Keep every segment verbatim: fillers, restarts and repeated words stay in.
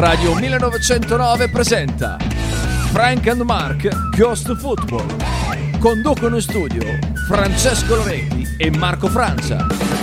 Radio millenovecentonove presenta Frank and Mark Ghost Football. Conducono in studio Francesco Loretti e Marco Francia.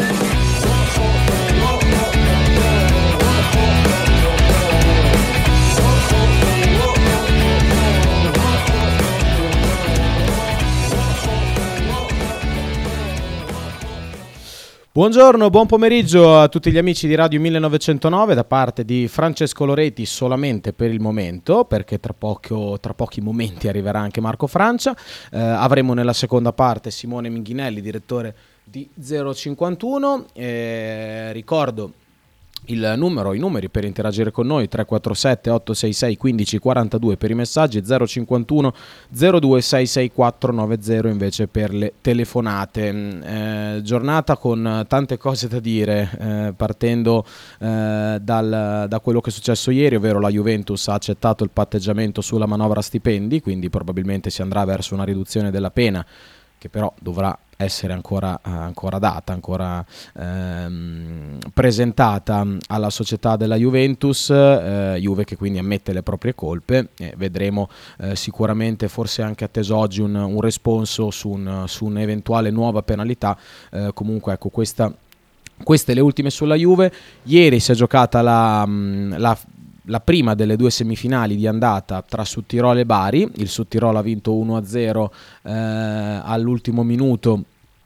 Buongiorno, buon pomeriggio a tutti gli amici di Radio millenovecentonove da parte di Francesco Loretti solamente per il momento, perché tra, poco, tra pochi momenti arriverà anche Marco Francia. Eh, avremo nella seconda parte Simone Minghinelli, direttore di zero cinquantuno. Eh, ricordo il numero, i numeri per interagire con noi: tre quattro sette otto sei sei uno cinque quattro due per i messaggi, zero cinquantuno zero due sei sei quattro nove zero invece per le telefonate. Eh, giornata con tante cose da dire, eh, partendo eh, dal, da quello che è successo ieri, ovvero la Juventus ha accettato il patteggiamento sulla manovra stipendi, quindi probabilmente si andrà verso una riduzione della pena, che però dovrà essere ancora, ancora data, ancora ehm, presentata alla società della Juventus, eh, Juve che quindi ammette le proprie colpe. Eh, vedremo eh, sicuramente, forse anche atteso oggi, un, un responso su, un, su un'eventuale nuova penalità. Eh, comunque ecco, questa, queste le ultime sulla Juve. Ieri si è giocata la, la la prima delle due semifinali di andata tra Sudtirolo e Bari. Il Sudtirolo ha vinto uno a zero eh, all'ultimo minuto,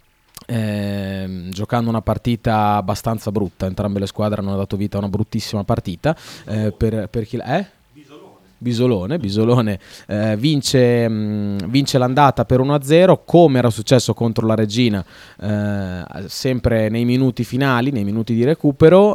eh, giocando una partita abbastanza brutta. Entrambe le squadre hanno dato vita a una bruttissima partita. Eh, per, per chi eh? Bisolone, Bisolone eh, vince, mh, vince l'andata per uno a zero, come era successo contro la Regina, eh, sempre nei minuti finali, nei minuti di recupero.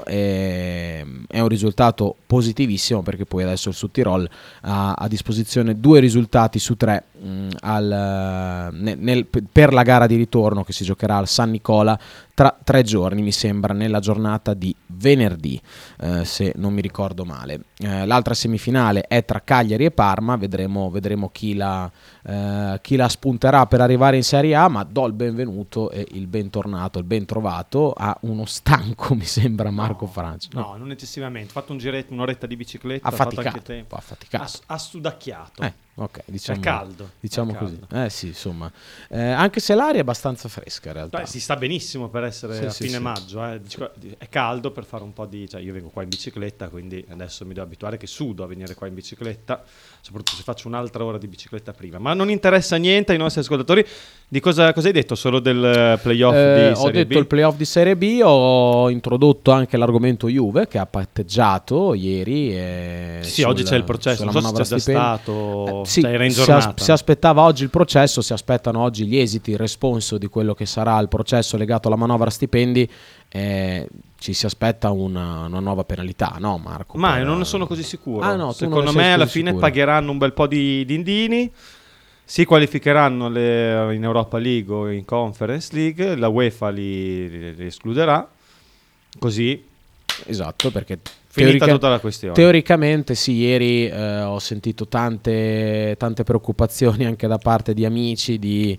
E è un risultato positivissimo, perché poi adesso il Sudtirolo ha a disposizione due risultati su tre mh, al, nel, nel, per la gara di ritorno che si giocherà al San Nicola tra tre giorni, mi sembra nella giornata di venerdì, eh, se non mi ricordo male. Eh, l'altra semifinale è tra Cagliari e Parma. Vedremo, vedremo chi, la, eh, chi la spunterà per arrivare in Serie A, ma do il benvenuto e il bentornato, il ben trovato a uno stanco, mi sembra, Marco no, Francia. No, no, non eccessivamente. Ho fatto un giretto, un'oretta di bicicletta. Ha faticato, fatto anche tempo. ha faticato. Ha, ha sudacchiato. Eh. Ok, diciamo, è caldo, diciamo è così. caldo. Eh sì, insomma, eh, anche se l'aria è abbastanza fresca in realtà. Beh, si sta benissimo per essere sì, a sì, fine sì. maggio. Eh. È caldo per fare un po' di. Cioè, io vengo qua in bicicletta, quindi adesso mi devo abituare che sudo a venire qua in bicicletta, soprattutto se faccio un'altra ora di bicicletta prima. Ma non interessa niente ai nostri ascoltatori. Di cosa, cosa hai detto? Solo del playoff eh, di Serie Ho detto B? Il playoff di Serie B. Ho introdotto anche l'argomento Juve, che ha patteggiato ieri. E sì, sul, oggi c'è il processo. Non so se c'è già stato. Eh, sì, cioè, era in si, giornata. as- si aspettava oggi il processo, si aspettano oggi gli esiti, il responso di quello che sarà il processo legato alla manovra stipendi. Eh, ci si aspetta una, una nuova penalità, no Marco? Ma per... non ne sono così sicuro. Ah, no, secondo me alla fine sicuro. Pagheranno un bel po' di dindini, si qualificheranno le, in Europa League o in Conference League, la UEFA li, li, li escluderà, così esatto, perché finita teorica- tutta la questione. Teoricamente sì, ieri eh, ho sentito tante, tante preoccupazioni anche da parte di amici, di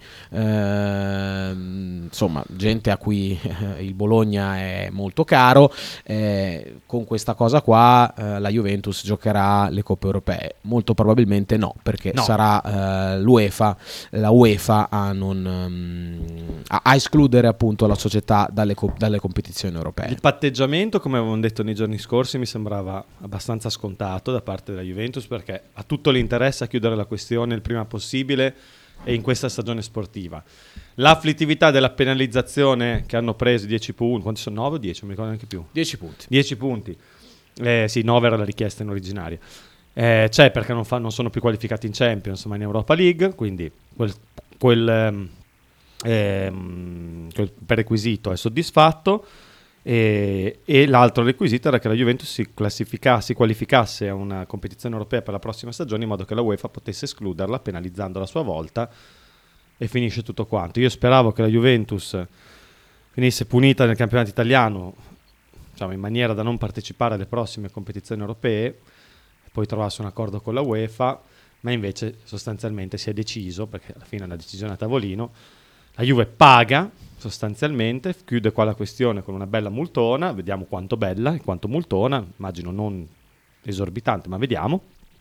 eh, insomma gente a cui eh, il Bologna è molto caro. Eh, con questa cosa qua eh, la Juventus giocherà le coppe europee? Molto probabilmente no, perché No. sarà eh, l'UEFA, la UEFA a, non, um, a, a escludere appunto la società dalle, co- dalle competizioni europee. Il patteggiamento, come avevamo detto nei giorni scorsi, mi sembrava abbastanza scontato da parte della Juventus, perché ha tutto l'interesse a chiudere la questione il prima possibile e in questa stagione sportiva. L'afflittività della penalizzazione che hanno preso, dieci punti, quanti sono? nove o dieci? Non mi ricordo neanche più. dieci punti. dieci punti. Eh, sì, nove era la richiesta in originaria. Eh, c'è perché non, fa, non sono più qualificati in Champions ma in Europa League, quindi quel, quel, ehm, ehm, quel prerequisito è soddisfatto. E, e l'altro requisito era che la Juventus si, si qualificasse a una competizione europea per la prossima stagione, in modo che la UEFA potesse escluderla, penalizzandola a sua volta, e finisce tutto quanto. Io speravo che la Juventus finisse punita nel campionato italiano, diciamo, in maniera da non partecipare alle prossime competizioni europee, e poi trovasse un accordo con la UEFA, ma invece sostanzialmente si è deciso, perché alla fine è una decisione a tavolino, la Juve paga sostanzialmente, chiude qua la questione con una bella multona, vediamo quanto bella e quanto multona, immagino non esorbitante, ma vediamo.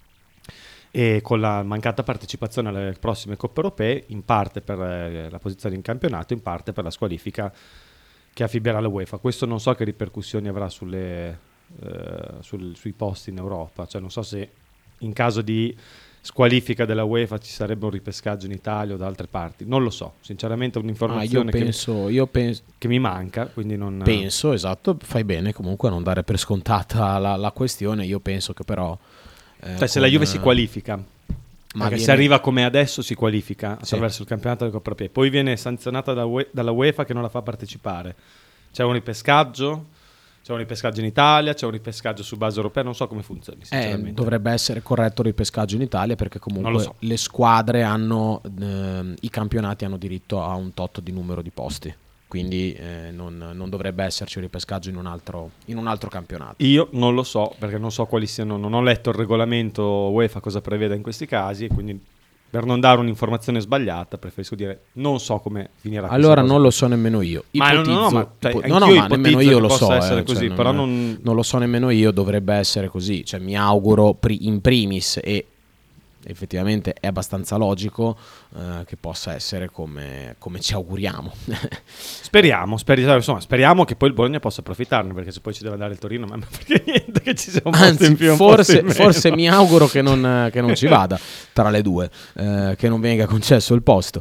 E con la mancata partecipazione alle prossime coppe europee, in parte per eh, la posizione in campionato, in parte per la squalifica che affibierà la UEFA. Questo non so che ripercussioni avrà sulle, eh, sul, sui posti in Europa, cioè non so se in caso di squalifica della UEFA ci sarebbe un ripescaggio in Italia o da altre parti, non lo so, sinceramente è un'informazione ah, io penso, che, io penso, che mi manca, quindi non penso, esatto, fai bene comunque a non dare per scontata la, la questione. Io penso che però eh, cioè se la Juve si qualifica, ma perché viene... se arriva come adesso si qualifica attraverso sì. il campionato delle Coppe Europee, poi viene sanzionata da UE, dalla UEFA che non la fa partecipare, c'è un ripescaggio, c'è un ripescaggio in Italia, c'è un ripescaggio su base europea, non so come funzioni sinceramente. Eh, dovrebbe essere corretto il ripescaggio in Italia, perché comunque so. le squadre hanno eh, i campionati hanno diritto a un tot di numero di posti, quindi eh, non, non dovrebbe esserci un ripescaggio in un altro in un altro campionato. Io non lo so, perché non so quali siano, non ho letto il regolamento UEFA cosa prevede in questi casi, e quindi per non dare un'informazione sbagliata preferisco dire non so come finirà. Allora non lo so nemmeno io. Ma Ipotizzo, no, no, ma, cioè, ipo- no, no, ma nemmeno io lo so, essere eh, così, cioè, però non, non... non lo so nemmeno io, dovrebbe essere così, cioè mi auguro pri- in primis, e effettivamente è abbastanza logico eh, che possa essere come, come ci auguriamo. Speriamo, speriamo, insomma, speriamo che poi il Bologna possa approfittarne, perché se poi ci deve andare il Torino, ma perché niente che ci sia un Anzi, posto in più, un forse, posto in forse meno. mi auguro che non, che non ci vada tra le due, eh, che non venga concesso il posto.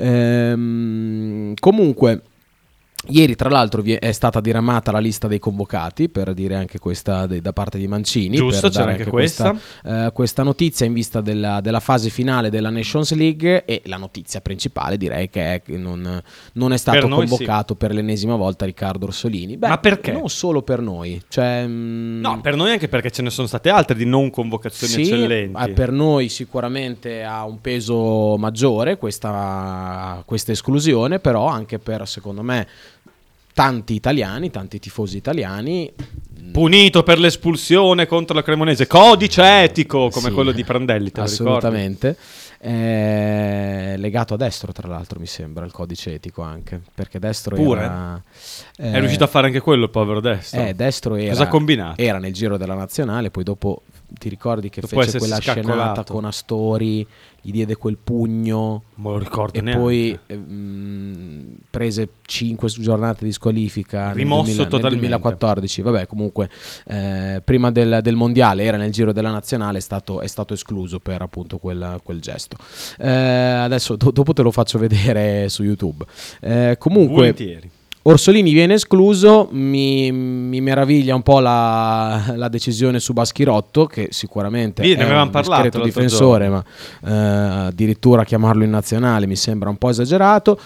Ehm, comunque ieri tra l'altro vi è, è stata diramata la lista dei convocati, per dire anche questa de, da parte di Mancini. Giusto, per c'era dare anche questa, questa. eh, questa notizia in vista della, della fase finale della Nations League, e la notizia principale direi che è che non, non è stato per noi, convocato sì. per l'ennesima volta Riccardo Orsolini. Beh, ma perché? Non solo per noi, cioè, mh, no, per noi anche perché ce ne sono state altre di non convocazioni sì, eccellenti. eh, per noi sicuramente ha un peso maggiore questa, questa esclusione, però anche per, secondo me, tanti italiani, tanti tifosi italiani. Punito per l'espulsione contro la Cremonese, codice etico come sì, quello di Prandelli, te assolutamente. Eh, legato a Destro, tra l'altro, mi sembra il codice etico anche, perché Destro Pure? era eh, è riuscito a fare anche quello il povero Destro. Eh, Destro era, cosa ha combinato? Era nel giro della nazionale, poi dopo ti ricordi che dopo fece quella scaccolato. scenata con Astori, gli diede quel pugno, me lo ricordo e neanche. poi eh, mh, prese cinque giornate di squalifica, rimosso nel, duemila, totalmente. nel duemilaquattordici. Vabbè, comunque eh, prima del, del mondiale era nel giro della nazionale, è stato, è stato escluso per appunto quel, quel gesto. Eh, adesso do, dopo te lo faccio vedere su YouTube. Eh, comunque volentieri. Orsolini viene escluso, mi, mi meraviglia un po' la, la decisione su Baschirotto, che sicuramente Sì, è un discreto difensore, ma eh, addirittura chiamarlo in nazionale mi sembra un po' esagerato.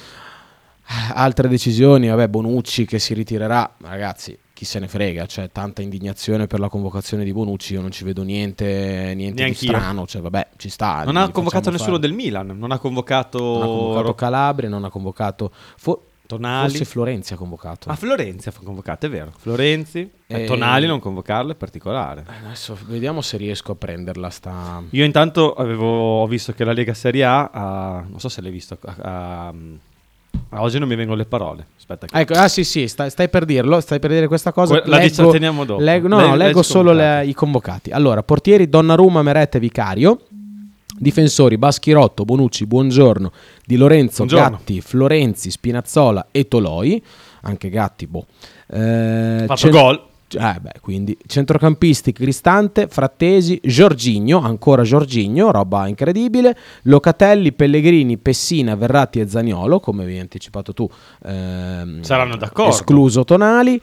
Altre decisioni, vabbè, Bonucci che si ritirerà, ragazzi, chi se ne frega, c'è tanta indignazione per la convocazione di Bonucci, io non ci vedo niente, niente di strano, cioè vabbè, ci sta. Non ha convocato nessuno fare. del Milan, non ha convocato, non ha convocato Calabria, non ha convocato... Fo- Tonali. Forse Florenzi ha convocato. Ah, Florenzi ha convocato, è vero. Florenzi. E... Eh, Tonali non convocarlo è particolare. Adesso vediamo se riesco a prenderla sta... Io intanto avevo ho visto che la Lega Serie A ha, non so se l'hai visto, a, a, oggi non mi vengono le parole. Aspetta che... Ecco, ah sì sì, stai, stai per dirlo, stai per dire questa cosa. Que- la leggo, teniamo dopo. Leggo, no, Le- no, leggo solo le, i convocati. Allora, portieri Donnarumma, Meret, Vicario. Difensori Baschirotto, Bonucci, Buongiorno, Di Lorenzo, Buongiorno. Gatti, Florenzi, Spinazzola e Toloi. Anche Gatti, boh. Eh, fatto cent- gol. Eh beh, quindi centrocampisti Cristante, Frattesi, Jorginho, ancora Jorginho, roba incredibile. Locatelli, Pellegrini, Pessina, Verratti e Zaniolo, come avevi anticipato tu. Ehm, Saranno d'accordo. Escluso Tonali.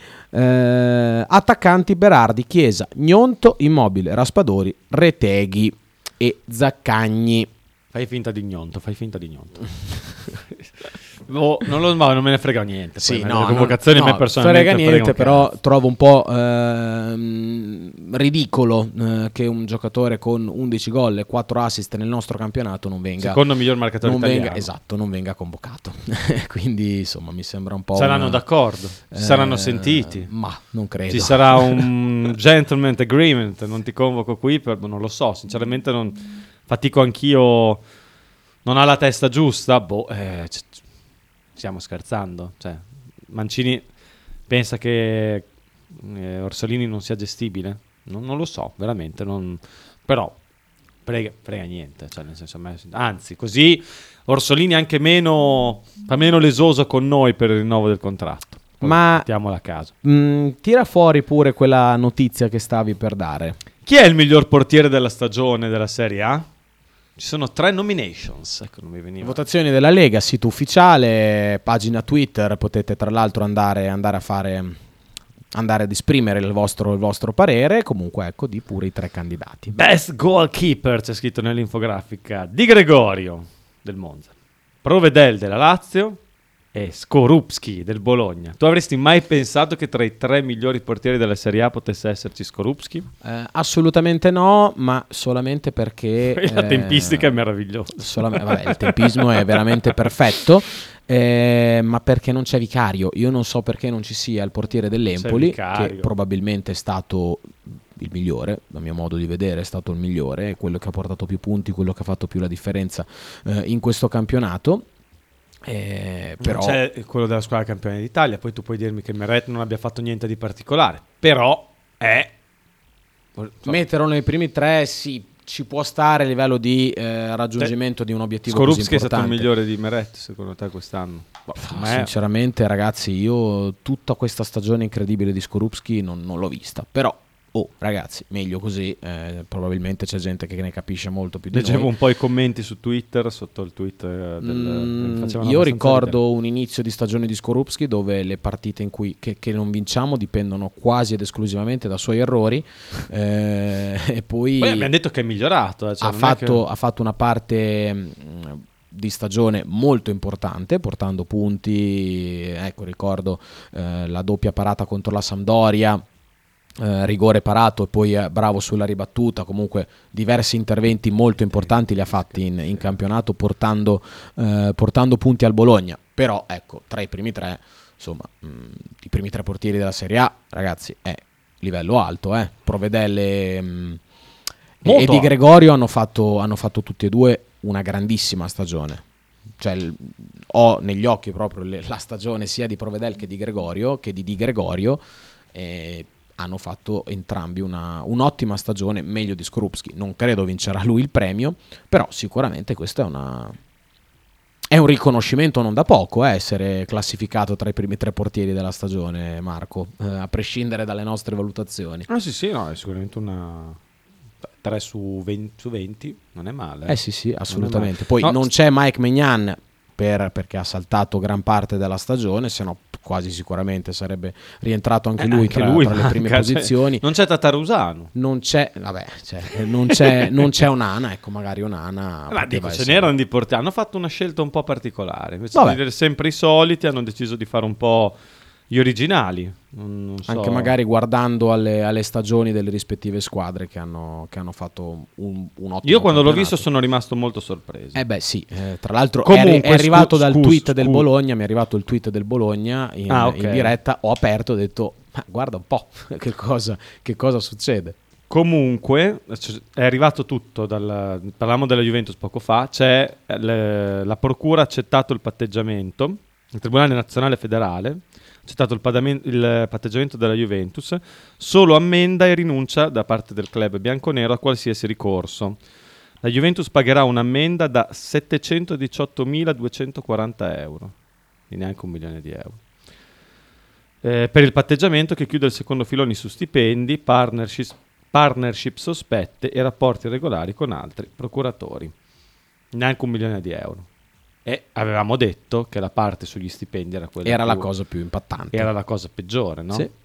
Eh, attaccanti Berardi, Chiesa, Gnonto, Immobile, Raspadori, Reteghi e Zaccagni. Fai finta di gnonto, fai finta di gnonto. Oh, non, lo, non me ne frega niente. Sì, poi, no, le convocazioni no, a me personalmente frega niente, frega però cazzo. trovo un po' ehm, ridicolo eh, che un giocatore con undici gol e quattro assist nel nostro campionato non venga, secondo miglior marcatore non italiano. venga, esatto, non venga convocato. Quindi insomma mi sembra un po' saranno una, d'accordo, si eh, saranno sentiti, ma non credo. ci sarà un gentleman agreement, non ti convoco qui per, non lo so, sinceramente non fatico anch'io, non ha la testa giusta, boh, eh, c- stiamo scherzando, cioè Mancini pensa che eh, Orsolini non sia gestibile? non, non lo so, veramente, non, però frega, frega niente, cioè nel senso, a me- anzi, così Orsolini è anche meno, fa meno lesoso con noi per il rinnovo del contratto. Poi Ma- mettiamola a caso. Mm, tira fuori pure quella notizia che stavi per dare. Chi è il miglior portiere della stagione della Serie A? Ci sono tre nominations, ecco, non mi veniva. Votazioni della Lega, sito ufficiale, pagina Twitter, potete tra l'altro andare, andare a fare, andare ad esprimere il vostro, il vostro parere. Comunque ecco, di pure i tre candidati. Best goalkeeper, c'è scritto nell'infografica, Di Gregorio del Monza, Provedel della Lazio e Skorupski del Bologna. Tu avresti mai pensato che tra i tre migliori portieri della Serie A potesse esserci Skorupski? Eh, assolutamente no, ma solamente perché La eh, tempistica è meravigliosa. solamente- vabbè, il tempismo è veramente perfetto. Eh, ma perché non c'è Vicario? Io non so perché non ci sia il portiere dell'Empoli, che Vicario. probabilmente è stato il migliore, a mio modo di vedere è stato il migliore, è quello che ha portato più punti, quello che ha fatto più la differenza eh, in questo campionato. Eh, però Non c'è quello della squadra campione d'Italia, poi tu puoi dirmi che Meret non abbia fatto niente di particolare, però è... metterlo nei primi tre sì, ci può stare a livello di eh, raggiungimento di un obiettivo così Skorupski è stato il importante. migliore di Meret secondo te quest'anno? Boh, secondo me- Sinceramente, ragazzi, io tutta questa stagione incredibile di Skorupski non, non l'ho vista. Però, oh, ragazzi, meglio così. eh, probabilmente c'è gente che ne capisce molto più di Leggevo noi. un po' i commenti su Twitter sotto il tweet eh, del, Mm, mi facevano io abbastanza ricordo ridere. un inizio di stagione di Skorupski dove le partite in cui che, che non vinciamo dipendono quasi ed esclusivamente da suoi errori. eh, e poi, Poi abbiamo detto che è migliorato, eh, cioè ha, non è fatto, che- ha fatto una parte mh, di stagione molto importante, portando punti. Ecco, ricordo eh, la doppia parata contro la Sampdoria, eh, rigore parato e poi eh, bravo sulla ribattuta. Comunque diversi interventi molto importanti li ha fatti in, in campionato, portando, eh, portando punti al Bologna. Però ecco, tra i primi tre, insomma, mh, i primi tre portieri della Serie A, ragazzi, è livello alto. eh. Provedelle mh, e Molto Di alto. Gregorio hanno fatto, hanno fatto tutti e due una grandissima stagione. Cioè, il- ho negli occhi proprio le- la stagione sia di Provedel che di Gregorio, che di Di Gregorio, e hanno fatto entrambi una, un'ottima stagione, meglio di Skorupski. Non credo vincerà lui il premio, però sicuramente questo è una è un riconoscimento non da poco, eh, essere classificato tra i primi tre portieri della stagione, Marco, eh, a prescindere dalle nostre valutazioni. Ah sì sì, no, è sicuramente una tre su venti, su venti non è male. Eh sì, sì, assolutamente. male. Poi No, non c'è Mike Maignan per- perché ha saltato gran parte della stagione, se no quasi sicuramente sarebbe rientrato anche Eh, lui, anche tra, lui tra le prime manca, cioè, posizioni. non c'è Tatarusano. Non c'è, vabbè, cioè, non c'è, non c'è Onana, ecco, magari Onana Eh, Ma dico, poteva ce essere- n'erano di portieri. Hanno fatto una scelta un po' particolare. Invece Vabbè. di vedere sempre i soliti, hanno deciso di fare un po' gli originali. Non, non so. anche magari guardando alle, alle stagioni delle rispettive squadre che hanno, che hanno fatto un, un ottimo Io quando l'ho campionato. visto sono rimasto molto sorpreso. Eh beh sì, eh, tra l'altro è, Comunque, arri- è arrivato scu- dal scu- tweet del scu- Bologna, mi è arrivato il tweet del Bologna in, Ah, ok. in diretta, ho aperto e ho detto, ma guarda un po' che cosa, che cosa succede. Comunque c- è arrivato tutto, dal, parlavamo della Juventus poco fa, c'è eh, le- la procura ha accettato il patteggiamento, il Tribunale Nazionale Federale ha accettato il, padamen- il patteggiamento della Juventus, solo ammenda e rinuncia da parte del club bianconero a qualsiasi ricorso. La Juventus pagherà un'ammenda da settecentodiciottomiladuecentoquaranta euro, quindi neanche un milione di euro. Eh, per il patteggiamento che chiude il secondo filone su stipendi, partnership, partnership sospette e rapporti irregolari con altri procuratori. Neanche un milione di euro. E avevamo detto che la parte sugli stipendi era quella Era la più- cosa più impattante. era la cosa peggiore, no? Sì.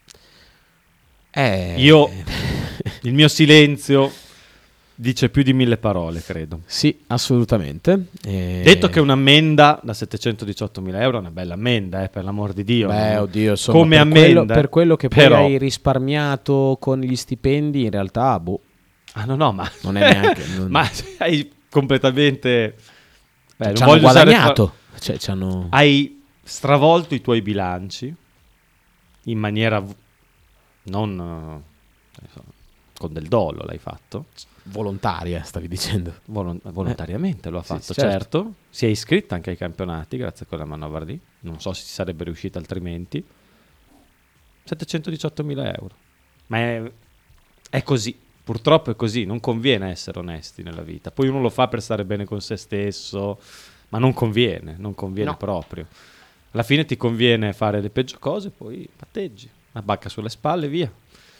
Eh, Io, il mio silenzio dice più di mille parole, credo. Sì, assolutamente. Eh, Detto che un'ammenda da settecentodiciottomila euro è una bella ammenda, eh, per l'amor di Dio. Beh, no? oddio, insomma, Come per ammenda. quello, per quello che poi però- hai risparmiato con gli stipendi, in realtà, boh, Ah, no, no, ma... non è neanche... non- ma hai completamente... Beh, non ci hanno voglio usare guadagnato. Cioè, ci hanno... pa- Hai stravolto i tuoi bilanci in maniera v- non... eh, non so, con del dolo l'hai fatto. volontaria, stavi dicendo. Volon- volontariamente lo ha sì, fatto, certo. certo. Si è iscritta anche ai campionati grazie a quella manovra lì. Non so se ci sarebbe riuscita altrimenti. settecentodiciottomila euro. Ma è è così, purtroppo è così, non conviene essere onesti nella vita. Poi uno lo fa per stare bene con se stesso, ma non conviene, non conviene No. proprio. Alla fine ti conviene fare le peggio cose, poi patteggi, una bacca sulle spalle, via.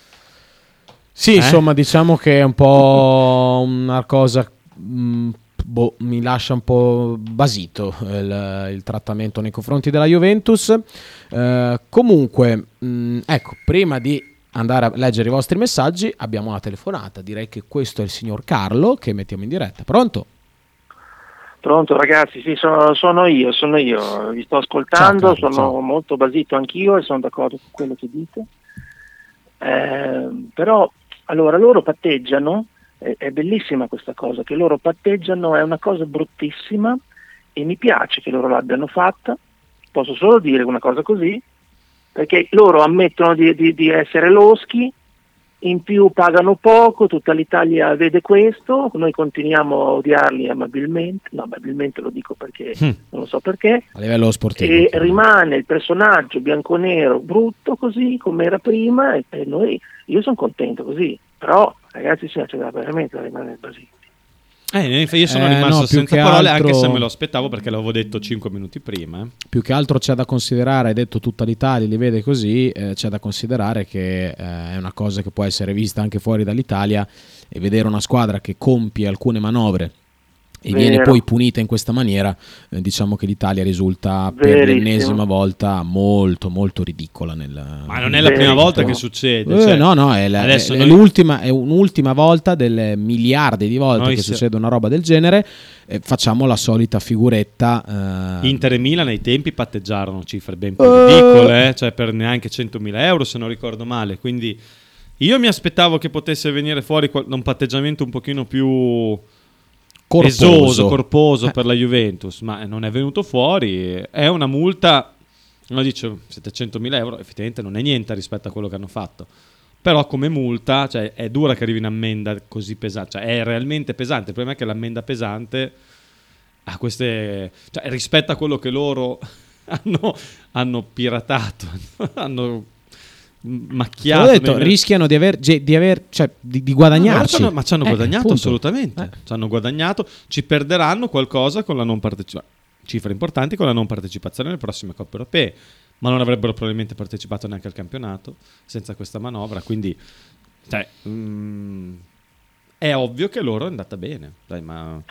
Sì, Eh? insomma, diciamo che è un po' una cosa, mh, boh, mi lascia un po' basito il, il trattamento nei confronti della Juventus. Eh, comunque, mh, ecco, prima di andare a leggere i vostri messaggi abbiamo una telefonata. Direi che questo è il signor Carlo che mettiamo in diretta. Pronto? Pronto ragazzi, sì, sono, sono io, sono io, vi sto ascoltando, Ciao, Carlo, sono ciao. molto basito anch'io e sono d'accordo con quello che dite. Eh, però, allora, loro patteggiano, è, è bellissima questa cosa, che loro patteggiano, è una cosa bruttissima e mi piace che loro l'abbiano fatta, posso solo dire una cosa così, perché loro ammettono di, di, di essere loschi, in più pagano poco, tutta l'Italia vede questo, noi continuiamo a odiarli amabilmente, no, amabilmente lo dico perché Mm. non lo so perché, A livello sportivo. e rimane il personaggio bianconero brutto così come era prima e, e noi, io sono contento così, però ragazzi c'è da veramente da rimanere basiti. Eh, io sono Eh, rimasto no, più senza che parole, altro- anche se me lo aspettavo perché l'avevo detto cinque minuti prima. eh. Più che altro c'è da considerare, hai detto tutta l'Italia li vede così, eh, c'è da considerare che eh, è una cosa che può essere vista anche fuori dall'Italia, e vedere una squadra che compie alcune manovre e Vero. viene poi punita in questa maniera, eh, diciamo che l'Italia risulta per Verissimo. l'ennesima volta molto molto ridicola nel... Ma non è la prima Verissimo. volta che succede. Eh, cioè, no, no, è, la- adesso è noi- l'ultima, è un'ultima volta delle miliardi di volte Noi che se- succede una roba del genere. Eh, facciamo la solita figuretta. eh, Inter e Milan ai tempi patteggiarono cifre ben più Eh. ridicole, eh, cioè per neanche centomila euro se non ricordo male, quindi io mi aspettavo che potesse venire fuori qual- un patteggiamento un pochino più corposo. esoso, corposo Eh. per la Juventus, ma non è venuto fuori, è una multa, uno dice settecentomila euro, effettivamente non è niente rispetto a quello che hanno fatto. Però come multa, cioè, è dura che arrivi un'ammenda così pesante, cioè è realmente pesante. Il problema è che l'ammenda pesante ha queste, cioè, rispetto a quello che loro hanno, hanno piratato, hanno macchiato. Ho detto, nei- rischiano di aver, ge- di aver cioè di, di No, guadagnarci. c'hanno- ma ci hanno Eh, guadagnato appunto. assolutamente. Eh. Ci hanno guadagnato, ci perderanno qualcosa con la non partecipazione. Cifre importanti con la non partecipazione alle prossime coppe europee, ma non avrebbero probabilmente partecipato neanche al campionato senza questa manovra. Quindi, cioè, mm, è ovvio che loro è andata bene. Dai, ma non,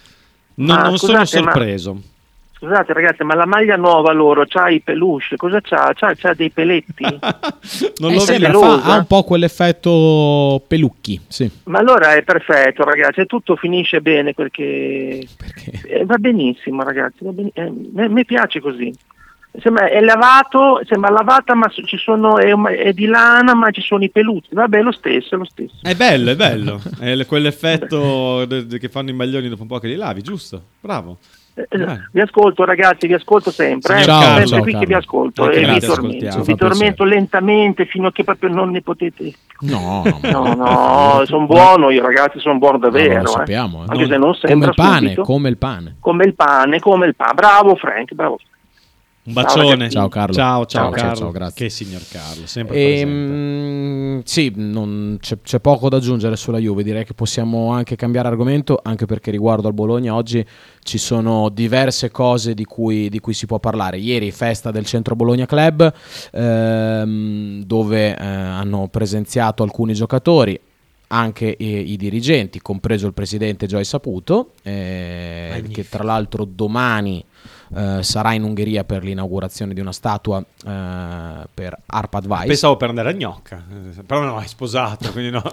Ma non sono scusate, ma- sorpreso. Scusate ragazzi, ma la maglia nuova loro c'ha i peluche, cosa c'ha? C'ha, c'ha dei peletti? non Eh, l'ho sembra, visto. fa- pelosa. ha un po' quell'effetto pelucchi, sì. Ma allora è perfetto ragazzi, tutto finisce bene perché Perché? eh, va benissimo ragazzi, va beni- eh, me- mi piace così. Sembra, è lavato, sembra lavata ma ci sono, è, un- è di lana ma ci sono i peluti, vabbè lo stesso, è lo stesso. È bello, è bello. È l- quell'effetto de- de- che fanno i maglioni dopo un po' che li lavi, giusto? Bravo. Eh, Vai. Vi ascolto ragazzi, vi ascolto sempre, eh, Signor Carlo, sempre ciao, qui Carlo. che vi ascolto Anche e noi vi ti tormento, ascoltiamo. vi Fa tormento lentamente fino a che proprio non ne potete. No, no, No, no, sono buono io ragazzi, sono buono No, davvero. lo eh. sappiamo, eh. Anche Non- se non come sembra il pane, subito. come il pane. Come il pane, come il pane. Bravo Frank, bravo. Un bacione. ragazzi. Ciao, Carlo. Ciao, ciao, Ciao, Carlo. ciao, grazie. Che signor Carlo, sempre presente. Ehm, sì, non- c'è, c'è poco da aggiungere sulla Juve, direi che possiamo anche cambiare argomento, anche perché riguardo al Bologna oggi ci sono diverse cose di cui, di cui si può parlare. Ieri festa del Centro Bologna Club, ehm, dove eh, hanno presenziato alcuni giocatori, anche i, i dirigenti, compreso il presidente Joy Saputo, eh, Magnifico. che tra l'altro domani eh, sarà in Ungheria per l'inaugurazione di una statua eh, per Arpad Weiss. Pensavo per andare a Gnocca, eh, però no, è sposato, quindi no.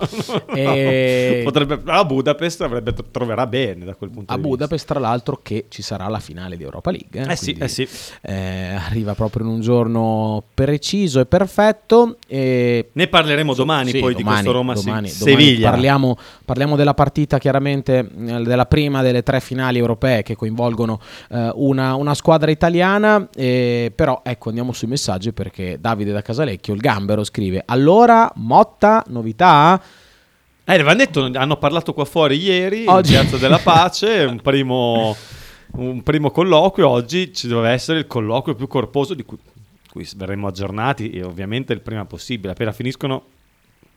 E- Potrebbe, però a Budapest avrebbe, troverà bene da quel punto a di Budapest, tra l'altro, che ci sarà la finale di Europa League. vista. Eh sì, Quindi, eh sì. eh, arriva proprio in un giorno preciso e perfetto. E Ne parleremo domani Sì, poi di domani, questo Roma domani, Se- domani Seviglia. Parliamo, parliamo della partita, chiaramente eh, della prima delle tre finali europee che coinvolgono eh, una, una squadra italiana. eh, però ecco, andiamo sui messaggi, perché Davide da Casalecchio, il Gambero, scrive: allora Motta, novità? Eh, avevano detto, hanno parlato qua fuori ieri Oggi- in Piazza della Pace, un primo, un primo colloquio. Oggi ci doveva essere il colloquio più corposo di cui, cui verremo aggiornati, e ovviamente il prima possibile. Appena finiscono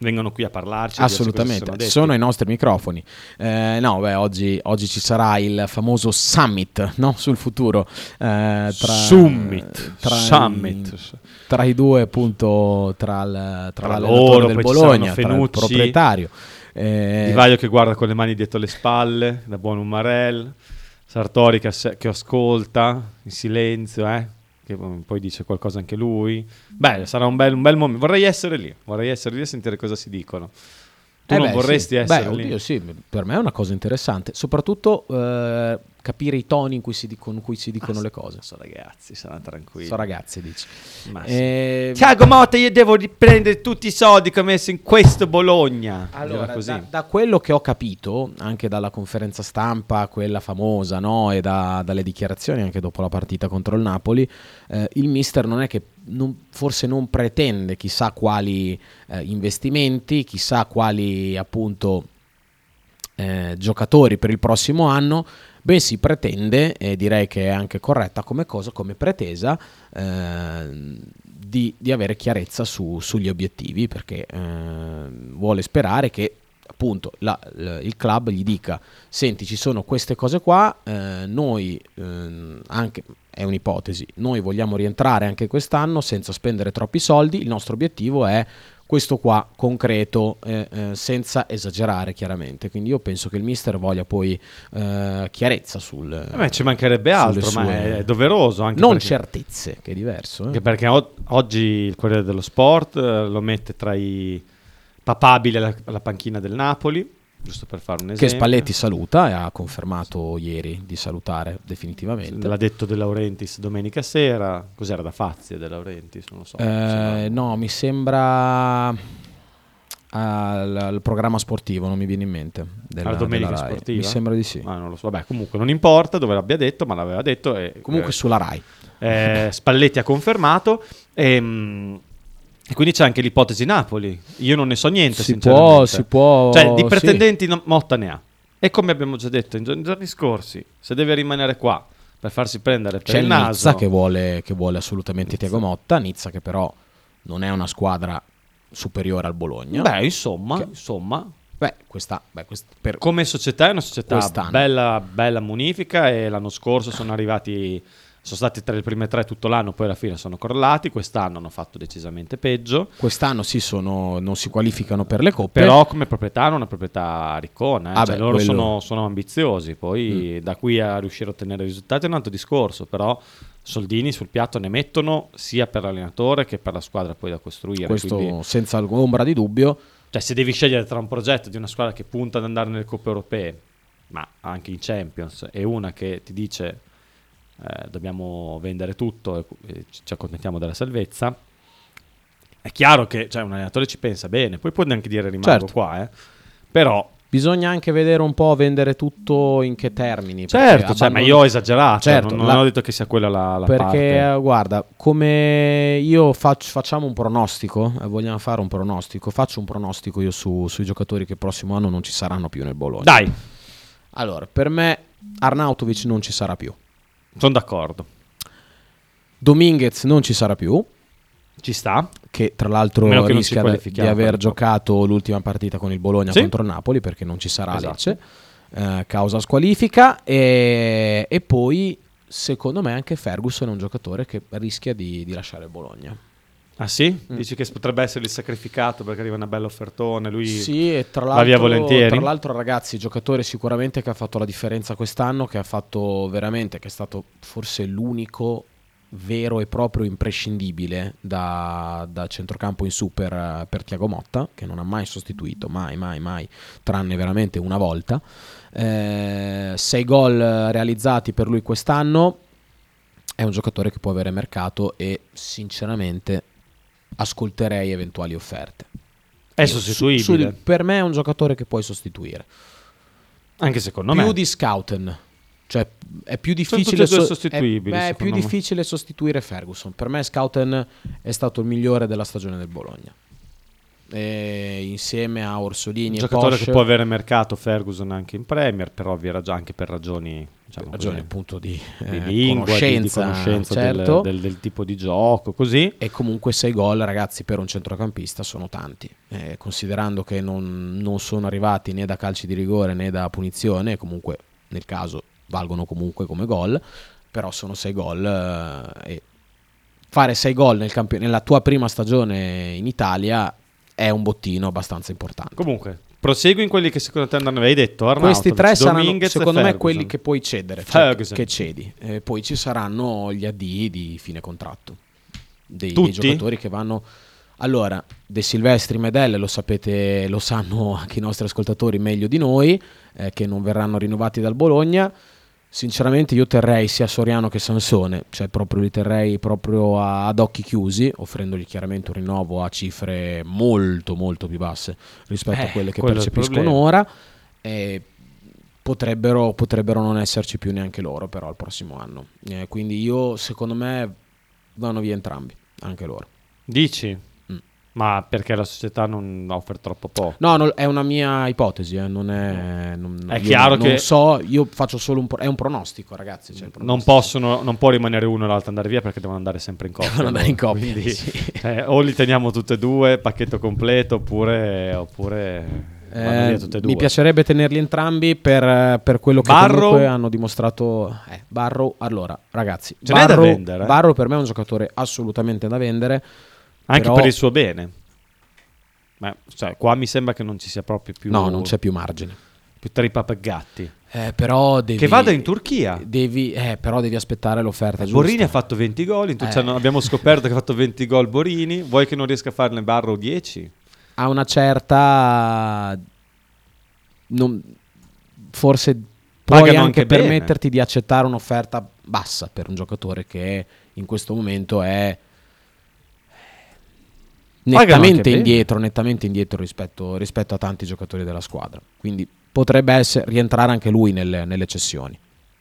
vengono qui a parlarci. A assolutamente, sono, sono i nostri microfoni. Eh, no, beh, oggi, oggi ci sarà il famoso summit, no? Sul futuro. Eh, tra, Summit. Tra, Summit. I, tra i due, appunto, tra, il, tra, tra l'allenatore loro, del poi Bologna, ci tra saranno il Fenucci, proprietario. Eh, Di Vaio che guarda con le mani dietro le spalle, da buon Umarell, Sartori che, ass- che ascolta in silenzio, eh? Che poi dice qualcosa anche lui. Beh, sarà un bel, un bel momento. Vorrei essere lì, vorrei essere lì a sentire cosa si dicono. Tu eh non beh, vorresti sì. essere beh, lì? Oddio, sì, per me è una cosa interessante, soprattutto eh, capire i toni in cui si dicono, cui si dicono ah, le cose. Sono ragazzi, saranno tranquilli. Sono ragazzi, dici. Ma eh, sì. Thiago Motta, io devo riprendere tutti i soldi che ho messo in questo Bologna. Allora, così. da, da quello che ho capito, anche dalla conferenza stampa, quella famosa, no? E da, dalle dichiarazioni anche dopo la partita contro il Napoli, eh, il mister non è che non, forse non pretende chissà quali eh, investimenti, chissà quali appunto eh, giocatori per il prossimo anno, bensì pretende, e direi che è anche corretta come cosa, come pretesa, eh, di, di avere chiarezza su, sugli obiettivi, perché eh, vuole sperare che appunto la, l, il club gli dica: senti, ci sono queste cose qua, eh, noi eh, anche, è un'ipotesi, noi vogliamo rientrare anche quest'anno senza spendere troppi soldi, il nostro obiettivo è questo qua, concreto, eh, eh, senza esagerare chiaramente. Quindi io penso che il mister voglia poi eh, chiarezza sul eh beh, ci mancherebbe altro, sue, ma è doveroso anche non perché, certezze, che è diverso, eh. anche perché o- oggi il Corriere dello Sport eh, lo mette tra i papabili alla, alla panchina del Napoli, giusto per fare un esempio. Che Spalletti saluta e ha confermato ieri di salutare definitivamente. L'ha detto De Laurentiis domenica sera. Cos'era da Fazio De Laurentiis? Non lo so. Eh, no, mi sembra al, al programma sportivo, non mi viene in mente. Della, Alla domenica della Rai. sportiva? Mi sembra di sì. Ah, non lo so. Vabbè, comunque non importa dove l'abbia detto, ma l'aveva detto. E, Comunque eh, sulla Rai. eh, Spalletti ha confermato. E, mh, e quindi c'è anche l'ipotesi Napoli. Io non ne so niente, Si sinceramente. può, si può. Cioè, di sì. pretendenti no- Motta ne ha. E come abbiamo già detto in, gio- in giorni scorsi, se deve rimanere qua per farsi prendere per C'è il il naso, Nizza che vuole, che vuole assolutamente Nizza. Thiago Motta. Nizza che però non è una squadra superiore al Bologna. beh, insomma, Che- insomma, Beh, questa, beh, quest- per, come società è una società Quest'anno. bella, bella munifica, e l'anno scorso sono arrivati, sono stati tra le prime tre tutto l'anno, poi alla fine sono crollati. Quest'anno hanno fatto decisamente peggio, quest'anno sì, sono, non si qualificano per le coppe. però come proprietà hanno una proprietà riccona, eh. Ah, Cioè, beh, loro quello- sono, sono ambiziosi, poi da qui a riuscire a ottenere risultati è un altro discorso, però soldini sul piatto ne mettono sia per l'allenatore che per la squadra poi da costruire. Questo Quindi, senza ombra di dubbio. cioè, se devi scegliere tra un progetto di una squadra che punta ad andare nelle coppe europee, ma anche in Champions, e una che ti dice eh, dobbiamo vendere tutto e, e ci accontentiamo della salvezza, è chiaro che, cioè, un allenatore ci pensa bene, poi puoi anche dire rimango Certo. qua, eh. Però Bisogna anche vedere un po' vendere tutto in che termini. certo, perché cioè, ma abbandon- io ho esagerato, Certo, non, non la- ho detto che sia quella la, la Perché parte. eh, guarda, come io faccio, facciamo un pronostico, eh, vogliamo fare un pronostico, faccio un pronostico io su- sui giocatori che il prossimo anno non ci saranno più nel Bologna. Dai, Allora, per me Arnautovic non ci sarà più, sono d'accordo, Dominguez non ci sarà più, ci sta. che tra l'altro A meno che non si rischia de- di qualifichiamo aver per il giocato l'ultima partita con il Bologna Sì. contro il Napoli, perché non ci sarà Esatto. Lecce, eh, causa squalifica, e, e poi secondo me anche Ferguson è un giocatore che rischia di, di lasciare il Bologna. Ah sì? Mm. Dici che potrebbe essere il sacrificato perché arriva una bella offertone, lui Sì, e tra va via l'altro, volentieri? tra l'altro ragazzi, giocatore sicuramente che ha fatto la differenza quest'anno, che ha fatto veramente, che è stato forse l'unico vero e proprio imprescindibile da, da centrocampo in su per, per Thiago Motta, che non ha mai sostituito, mai, mai, mai, tranne veramente una volta. Eh, sei gol realizzati per lui quest'anno, è un giocatore che può avere mercato e sinceramente ascolterei eventuali offerte. è Io, sostituibile, su- sul- per me è un giocatore che puoi sostituire. anche secondo Più me. di Scouten. Cioè è più tutti difficile e due so- sostituibili, è, beh, è più secondo me. difficile sostituire Ferguson. Per me Scouten è stato il migliore della stagione del Bologna. eh, insieme a Orsolini Un e giocatore Posch, che può avere mercato Ferguson anche in Premier, per ovvie ragioni, anche per ragioni, diciamo ragioni così, appunto di, di eh, lingua, conoscenza, di, di conoscenza certo. del, del, del tipo di gioco, così. E comunque sei gol, ragazzi, per un centrocampista sono tanti, eh, considerando che non, non sono arrivati né da calci di rigore né da punizione, comunque nel caso valgono comunque come gol, però sono sei gol, eh, e fare sei gol nel campi- nella tua prima stagione in Italia è un bottino abbastanza importante. Comunque, prosegui in quelli che secondo te andranno. Hai detto Arnautovic, Questi tre saranno Dominguez e secondo me Ferguson. quelli che puoi cedere, cioè Ferguson. che cedi. Eh, poi ci saranno gli addii di fine contratto dei, dei Tutti? giocatori che vanno. Allora, De Silvestri, Medel, lo sapete, lo sanno anche i nostri ascoltatori meglio di noi, eh, che non verranno rinnovati dal Bologna. Sinceramente io terrei sia Soriano che Sansone, cioè proprio li terrei proprio a- ad occhi chiusi, offrendogli chiaramente un rinnovo a cifre molto molto più basse rispetto Eh, a quelle che quello è il percepiscono problema. ora, e potrebbero, potrebbero non esserci più neanche loro però il prossimo anno. Eh, quindi io, secondo me, vanno via entrambi, anche loro. Dici? Mm. Ma perché la società non offre troppo poco? No, no, è una mia ipotesi, eh, non è, non, È io chiaro non che- so, io faccio solo un pro- è un pronostico, ragazzi, cioè, il Non pronostico. possono, non può rimanere uno e l'altro andare via perché devono andare sempre in coppia. Devono andare in loro. coppia, Quindi, sì. eh, o li teniamo tutte e due, pacchetto completo, oppure, oppure vanno Eh, via tutte e due. mi piacerebbe tenerli entrambi per, per quello che Barrow? comunque hanno dimostrato. eh, Barrow, allora ragazzi, Ce n'è da Barrow, vendere, eh? Barrow per me è un giocatore assolutamente da vendere, Anche però- per il suo bene. Ma cioè, qua mi sembra che non ci sia proprio più, no, non c'è più margine. più trippa per gatti. Eh, però devi, Che vada in Turchia. devi, eh, però devi aspettare l'offerta giusta. Borini ha fatto venti gol, in tu- Eh. cioè, non- abbiamo scoperto che ha fatto venti gol Borini, vuoi che non riesca a farne Barrow dieci? Ha una certa, non, forse puoi Pagano anche, anche bene. permetterti di accettare un'offerta bassa per un giocatore che in questo momento è Pagano nettamente anche bene. indietro, nettamente indietro rispetto, rispetto a tanti giocatori della squadra. Quindi potrebbe essere, rientrare anche lui nelle, nelle cessioni.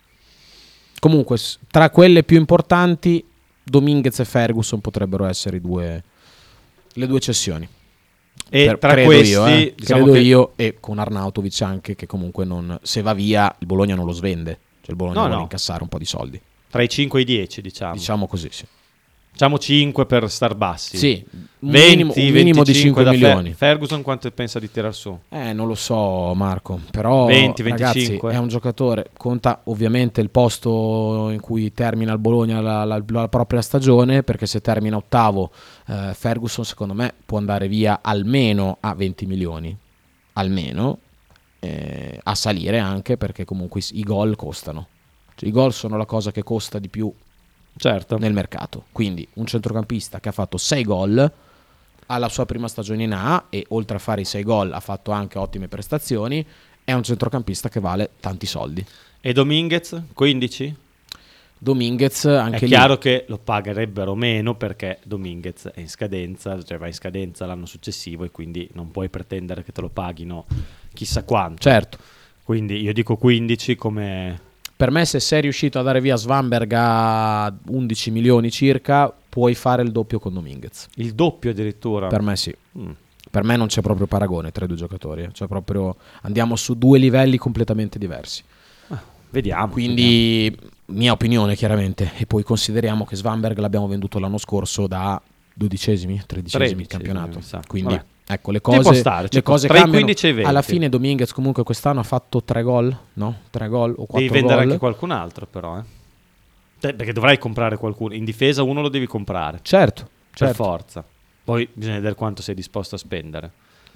Comunque, s- tra quelle più importanti, Dominguez e Ferguson potrebbero essere i due, le due cessioni. E Per- tra credo questi, io, eh, diciamo credo che- io, e con Arnautovic anche, che comunque non, se va via il Bologna non lo svende, cioè il Bologna No, vuole no. incassare un po' di soldi, tra i cinque e i dieci, diciamo. diciamo così, sì. Diciamo cinque per star bassi. Sì, un venti, minimo, un minimo di venticinque cinque da Fer- milioni. Ferguson quanto pensa di tirar su? Eh, non lo so, Marco, però venti, ragazzi, venticinque. è un giocatore, conta ovviamente il posto in cui termina il Bologna la, la- la propria stagione, perché se termina ottavo, eh, Ferguson secondo me può andare via almeno a venti milioni, almeno, eh, a salire anche perché comunque i, i gol costano. Cioè, i gol sono la cosa che costa di più Certo. nel mercato. Quindi un centrocampista che ha fatto sei gol alla sua prima stagione in A e oltre a fare i sei gol ha fatto anche ottime prestazioni, è un centrocampista che vale tanti soldi. E Dominguez, quindici? Dominguez anche È lì, chiaro che lo pagherebbero meno perché Dominguez è in scadenza, cioè va in scadenza l'anno successivo e quindi non puoi pretendere che te lo paghino chissà quanto. certo. Quindi io dico quindici come... Per me se sei riuscito a dare via Svanberg a undici milioni circa, puoi fare il doppio con Dominguez. Il doppio addirittura. Per me sì. Mm. Per me non c'è proprio paragone tra i due giocatori, eh. Cioè proprio andiamo su due livelli completamente diversi. Vediamo. Quindi, mia opinione chiaramente, e poi consideriamo che Svanberg l'abbiamo venduto l'anno scorso da dodicesimi, tredicesimi il Tredicesimi, campionato. mi sa. Quindi, Vabbè. ecco, le Ci può cose, stare, ci le può- cose tra i cambiano. quindici e i venti. Alla fine Dominguez comunque quest'anno ha fatto tre gol, no? Tre gol o quattro Devi vendere gol. anche qualcun altro però, eh. Te- Perché dovrai comprare qualcuno. In difesa uno lo devi comprare. Certo, Per certo. forza. Poi bisogna vedere quanto sei disposto a spendere.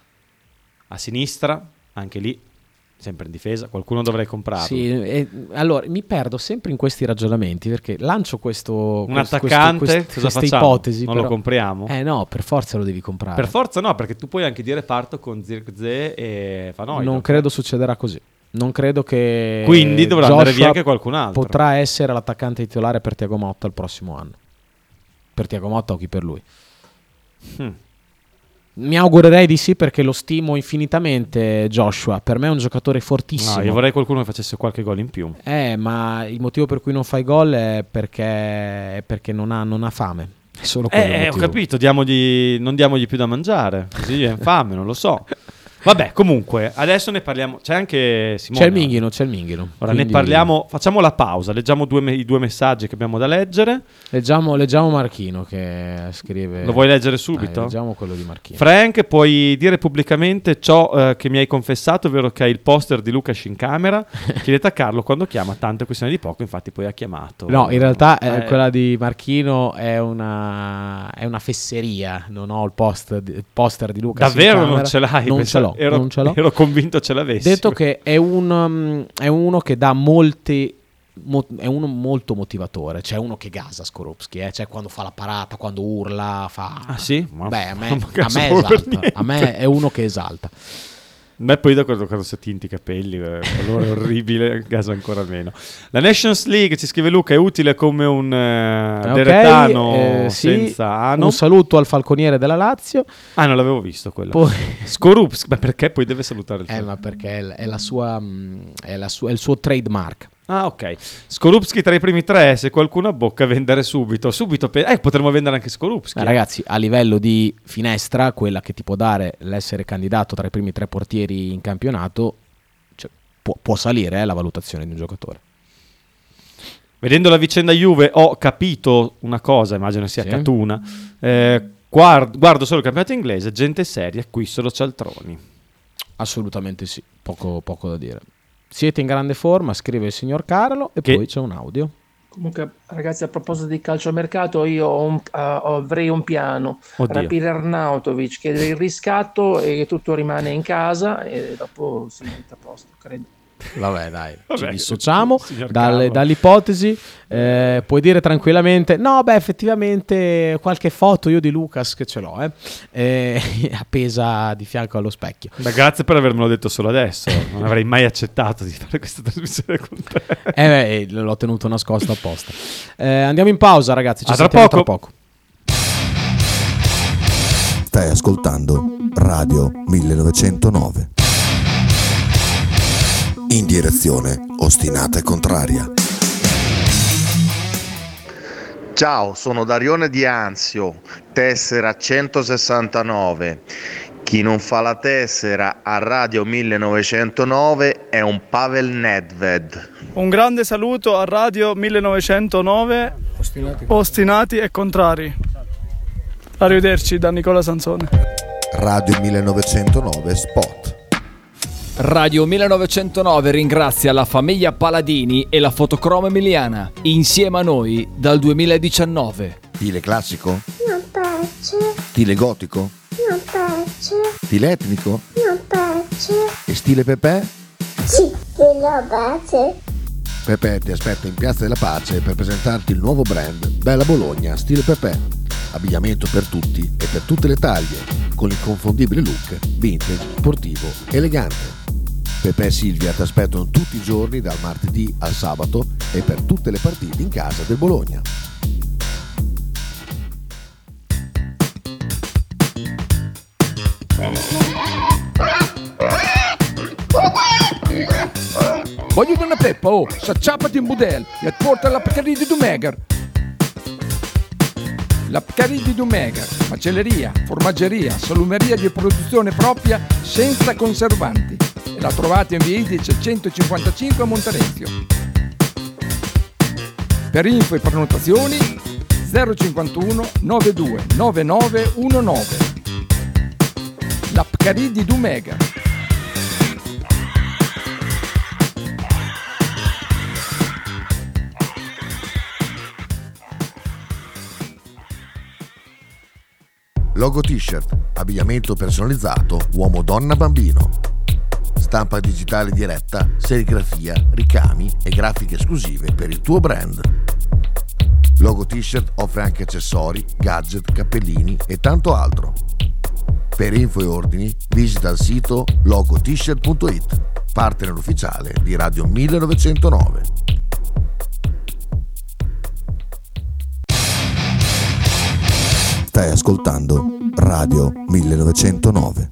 A sinistra, anche lì, sempre in difesa, qualcuno dovrai comprarlo. Sì, e, allora mi perdo sempre in questi ragionamenti perché lancio questo Un questo- attaccante, questo- cosa queste facciamo? ipotesi. Non però- lo compriamo? Eh no, per forza lo devi comprare. Per forza no, perché tu puoi anche dire parto con Zirkzee e Fanoido. Non credo succederà così. Non credo che Quindi dovrà Joshua andare via anche qualcun altro. potrà essere l'attaccante titolare per Thiago Motta il prossimo anno. Per Thiago Motta o chi per lui. Hmm. Mi augurerei di sì perché lo stimo infinitamente Joshua. Per me è un giocatore fortissimo. No, io vorrei qualcuno che facesse qualche gol in più. Eh, ma il motivo per cui non fai gol è perché, è perché non, ha, non ha fame. È solo quello il Eh, ho motivo. capito, diamogli, non diamogli più da mangiare, così è infame, non lo so. Vabbè, comunque, adesso ne parliamo. C'è anche Simone. C'è il minghino, c'è il minghino. Ora Quindi ne parliamo, facciamo la pausa, leggiamo due me- i due messaggi che abbiamo da leggere. Leggiamo, leggiamo Marchino che scrive. Lo vuoi leggere subito? Dai, leggiamo quello di Marchino. Frank, puoi dire pubblicamente ciò eh, che mi hai confessato, ovvero che hai il poster di Lucas in camera? Chiedete a Carlo quando chiama, tanto è questione di poco, infatti poi ha chiamato. No, in realtà eh, Eh, quella di Marchino è una, è una fesseria. Non ho il, post, il poster di Lucas. in Davvero camera. non ce l'hai? Non Pensa- ce l'ho. Ero, non ce l'ho. ero convinto ce l'avessi. Detto che è, un, um, è uno che dà molti. mo- è uno molto motivatore. C'è uno che gasa Skorupski. Eh? Cioè, quando fa la parata, quando urla, fa. Ah sì? Ma- Beh, a me, non a caso me proprio per esalta. niente. A me è uno che esalta. Beh, poi da quando, quando si tinti i capelli, eh, allora è orribile, gasa ancora meno. La Nations League, ci scrive Luca, è utile come un eh, Ok, deretano eh, sì, senza ano. Un saluto al falconiere della Lazio. Ah, non l'avevo visto quello. Poi, Skorupski, ma perché poi deve salutare il eh, ma perché è, è la sua, mh, è, la sua- è il suo trademark. Ah, ok. Skorupski tra i primi tre, se qualcuno abbocca vendere subito. Subito, pe- eh, potremmo vendere anche Skorupski. Eh, ragazzi, a livello di finestra, quella che ti può dare l'essere candidato tra i primi tre portieri in campionato, cioè, può, può salire eh, la valutazione di un giocatore. Vedendo la vicenda Juve ho capito una cosa, immagino sia Sì. Catuna. Eh, guard- guardo solo il campionato inglese, gente seria, qui solo cialtroni. Assolutamente sì, poco, poco da dire. Siete in grande forma, scrive il signor Carlo, e Che- poi c'è un audio. Comunque, ragazzi, a proposito di calciomercato, io ho un- uh, avrei un piano: Oddio. rapire Arnautovic, chiedere il riscatto e tutto rimane in casa e dopo si mette a posto, credo. Vabbè, dai, ci Vabbè, dissociamo signor dalle- Carlo. dall'ipotesi. Eh, puoi dire tranquillamente: no, beh, effettivamente qualche foto io di Lucas che ce l'ho, eh, eh, appesa di fianco allo specchio. Beh, grazie per avermelo detto solo adesso. Non avrei mai accettato di fare questa trasmissione con te. Eh, beh, l'ho tenuto nascosto apposta. Eh, andiamo in pausa, ragazzi. Ci A tra sentiamo poco. tra poco. Stai ascoltando Radio millenovecentonove. In direzione ostinata e contraria. Ciao, sono Darione di Anzio, tessera centosessantanove. Chi non fa la tessera a Radio millenovecentonove è un Pavel Nedved. Un grande saluto a Radio millenovecentonove, ostinati e contrari. Arrivederci da Nicola Sansone. Radio millenovecentonove Spot. Radio millenovecentonove ringrazia la famiglia Paladini e la Fotocromo Emiliana, insieme a noi dal duemiladiciannove. Stile classico? Non piace, Stile gotico? non piace, Stile etnico? non piace. E stile Pepe? Sì, quello piace. Pepe ti aspetta in Piazza della Pace per presentarti il nuovo brand Bella Bologna Stile Pepe. Abbigliamento per tutti e per tutte le taglie, con l'inconfondibile look vintage, sportivo, elegante. Pepe e Silvia ti aspettano tutti i giorni dal martedì al sabato e per tutte le partite in casa del Bologna. Voglio una peppa, oh, s'acciappati in budel e porta la Pcaridi di Dumegar. La Pcaridi di Dumegar, macelleria, formaggeria, salumeria di produzione propria senza conservanti. E la trovate in via Idice centocinquantacinque a Monterezio. Per info e prenotazioni zero cinquantuno novantadue novantanove diciannove. La Pcaridi di Dumegar. Logo t-shirt, abbigliamento personalizzato, uomo, donna, bambino. Stampa digitale diretta, serigrafia, ricami e grafiche esclusive per il tuo brand. Logo t-shirt offre anche accessori, gadget, cappellini e tanto altro. Per info e ordini visita il sito logo t shirt punto it, partner ufficiale di Radio millenovecentonove. Stai ascoltando Radio millenovecentonove.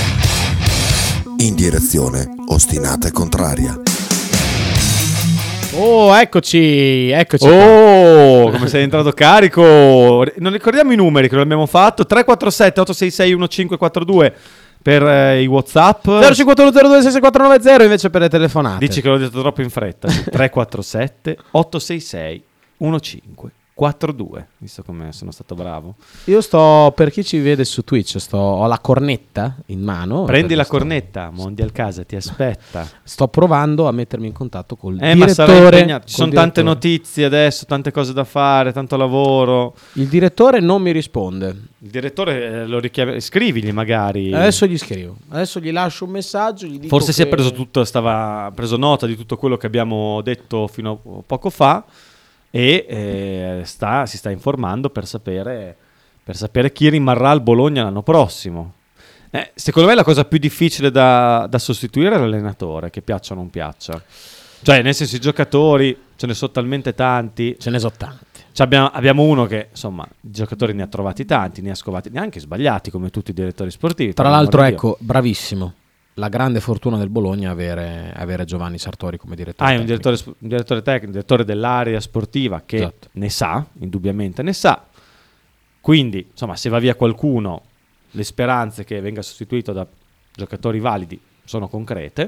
In direzione ostinata e contraria. Oh, eccoci, eccoci. Oh, come sei entrato carico. Non ricordiamo i numeri che lo abbiamo fatto. tre quattro sette otto sei sei uno cinque quattro due per eh, i WhatsApp. zero cinque uno zero due sei sei quattro nove zero invece per le telefonate. Dici che l'ho detto troppo in fretta. tre quattro sette otto sei sei uno cinque quattro due, visto come sono stato bravo. Io sto, per chi ci vede su Twitch, sto, ho la cornetta in mano. Prendi la sto, cornetta, Mondial Casa ti aspetta. Sto provando a mettermi in contatto col eh, direttore. Ma ci sono direttore. tante notizie adesso, tante cose da fare, tanto lavoro. Il direttore non mi risponde. Il direttore eh, lo richiama, scrivigli magari. Adesso gli scrivo, adesso gli lascio un messaggio, gli dico Forse che... si è preso tutto, stava preso nota di tutto quello che abbiamo detto fino a poco fa. E eh, sta, si sta informando per sapere, per sapere chi rimarrà al Bologna l'anno prossimo. Eh, secondo me la cosa più difficile da, da sostituire è l'allenatore, che piaccia o non piaccia. Cioè, nel senso, i giocatori, ce ne sono talmente tanti. Ce ne sono tanti. Cioè, abbiamo, abbiamo uno che, insomma, i giocatori ne ha trovati tanti, ne ha scovati, neanche sbagliati, come tutti i direttori sportivi. Tra l'altro, ecco, bravissimo. La grande fortuna del Bologna è avere, avere Giovanni Sartori come direttore ah, tecnico. è un direttore, un direttore tecnico, un direttore dell'area sportiva che esatto. ne sa, indubbiamente ne sa. Quindi, insomma, se va via qualcuno, le speranze che venga sostituito da giocatori validi sono concrete.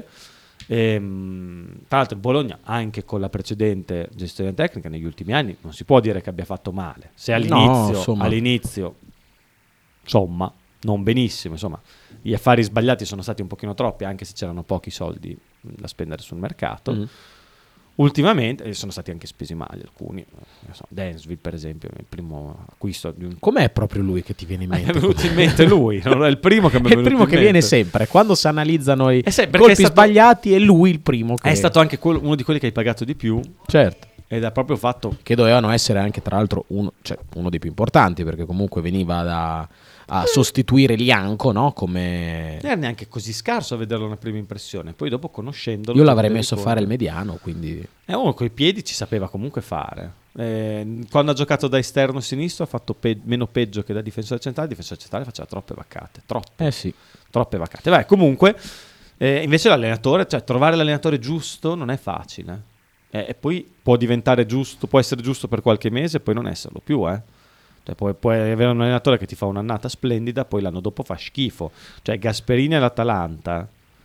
Ehm, tra l'altro il Bologna, anche con la precedente gestione tecnica, negli ultimi anni, non si può dire che abbia fatto male. Se all'inizio, no, all'inizio insomma, non benissimo, insomma, gli affari sbagliati sono stati un pochino troppi, anche se c'erano pochi soldi da spendere sul mercato. Mm. Ultimamente sono stati anche spesi male alcuni. So, Dansville, per esempio, il primo acquisto di un... Com'è proprio lui che ti viene in mente? Mi è venuto in mente lui, non è il primo che mi è, è il primo in che mente. Viene sempre quando si analizzano i eh sì, colpi è stato... sbagliati, è lui il primo che... È stato anche quello, uno di quelli che hai pagato di più. Certo. Ed ha proprio fatto... Che dovevano essere anche, tra l'altro, uno, cioè, uno dei più importanti, perché comunque veniva da... a sostituire Lianco, no? Come... Non era neanche così scarso a vederlo una prima impressione. Poi dopo, conoscendolo... Io l'avrei messo a fare il mediano, quindi... E uno coi piedi ci sapeva comunque fare. Eh, quando ha giocato da esterno sinistro ha fatto pe- meno peggio che da difensore centrale. Il difensore centrale faceva troppe vaccate. Troppe. Eh sì. Troppe vaccate. Beh, comunque, eh, invece l'allenatore, cioè trovare l'allenatore giusto non è facile. Eh, e poi può diventare giusto, può essere giusto per qualche mese e poi non esserlo più, eh. Cioè, puoi, puoi avere un allenatore che ti fa un'annata splendida, poi l'anno dopo fa schifo. Cioè, Gasperini all'Atalanta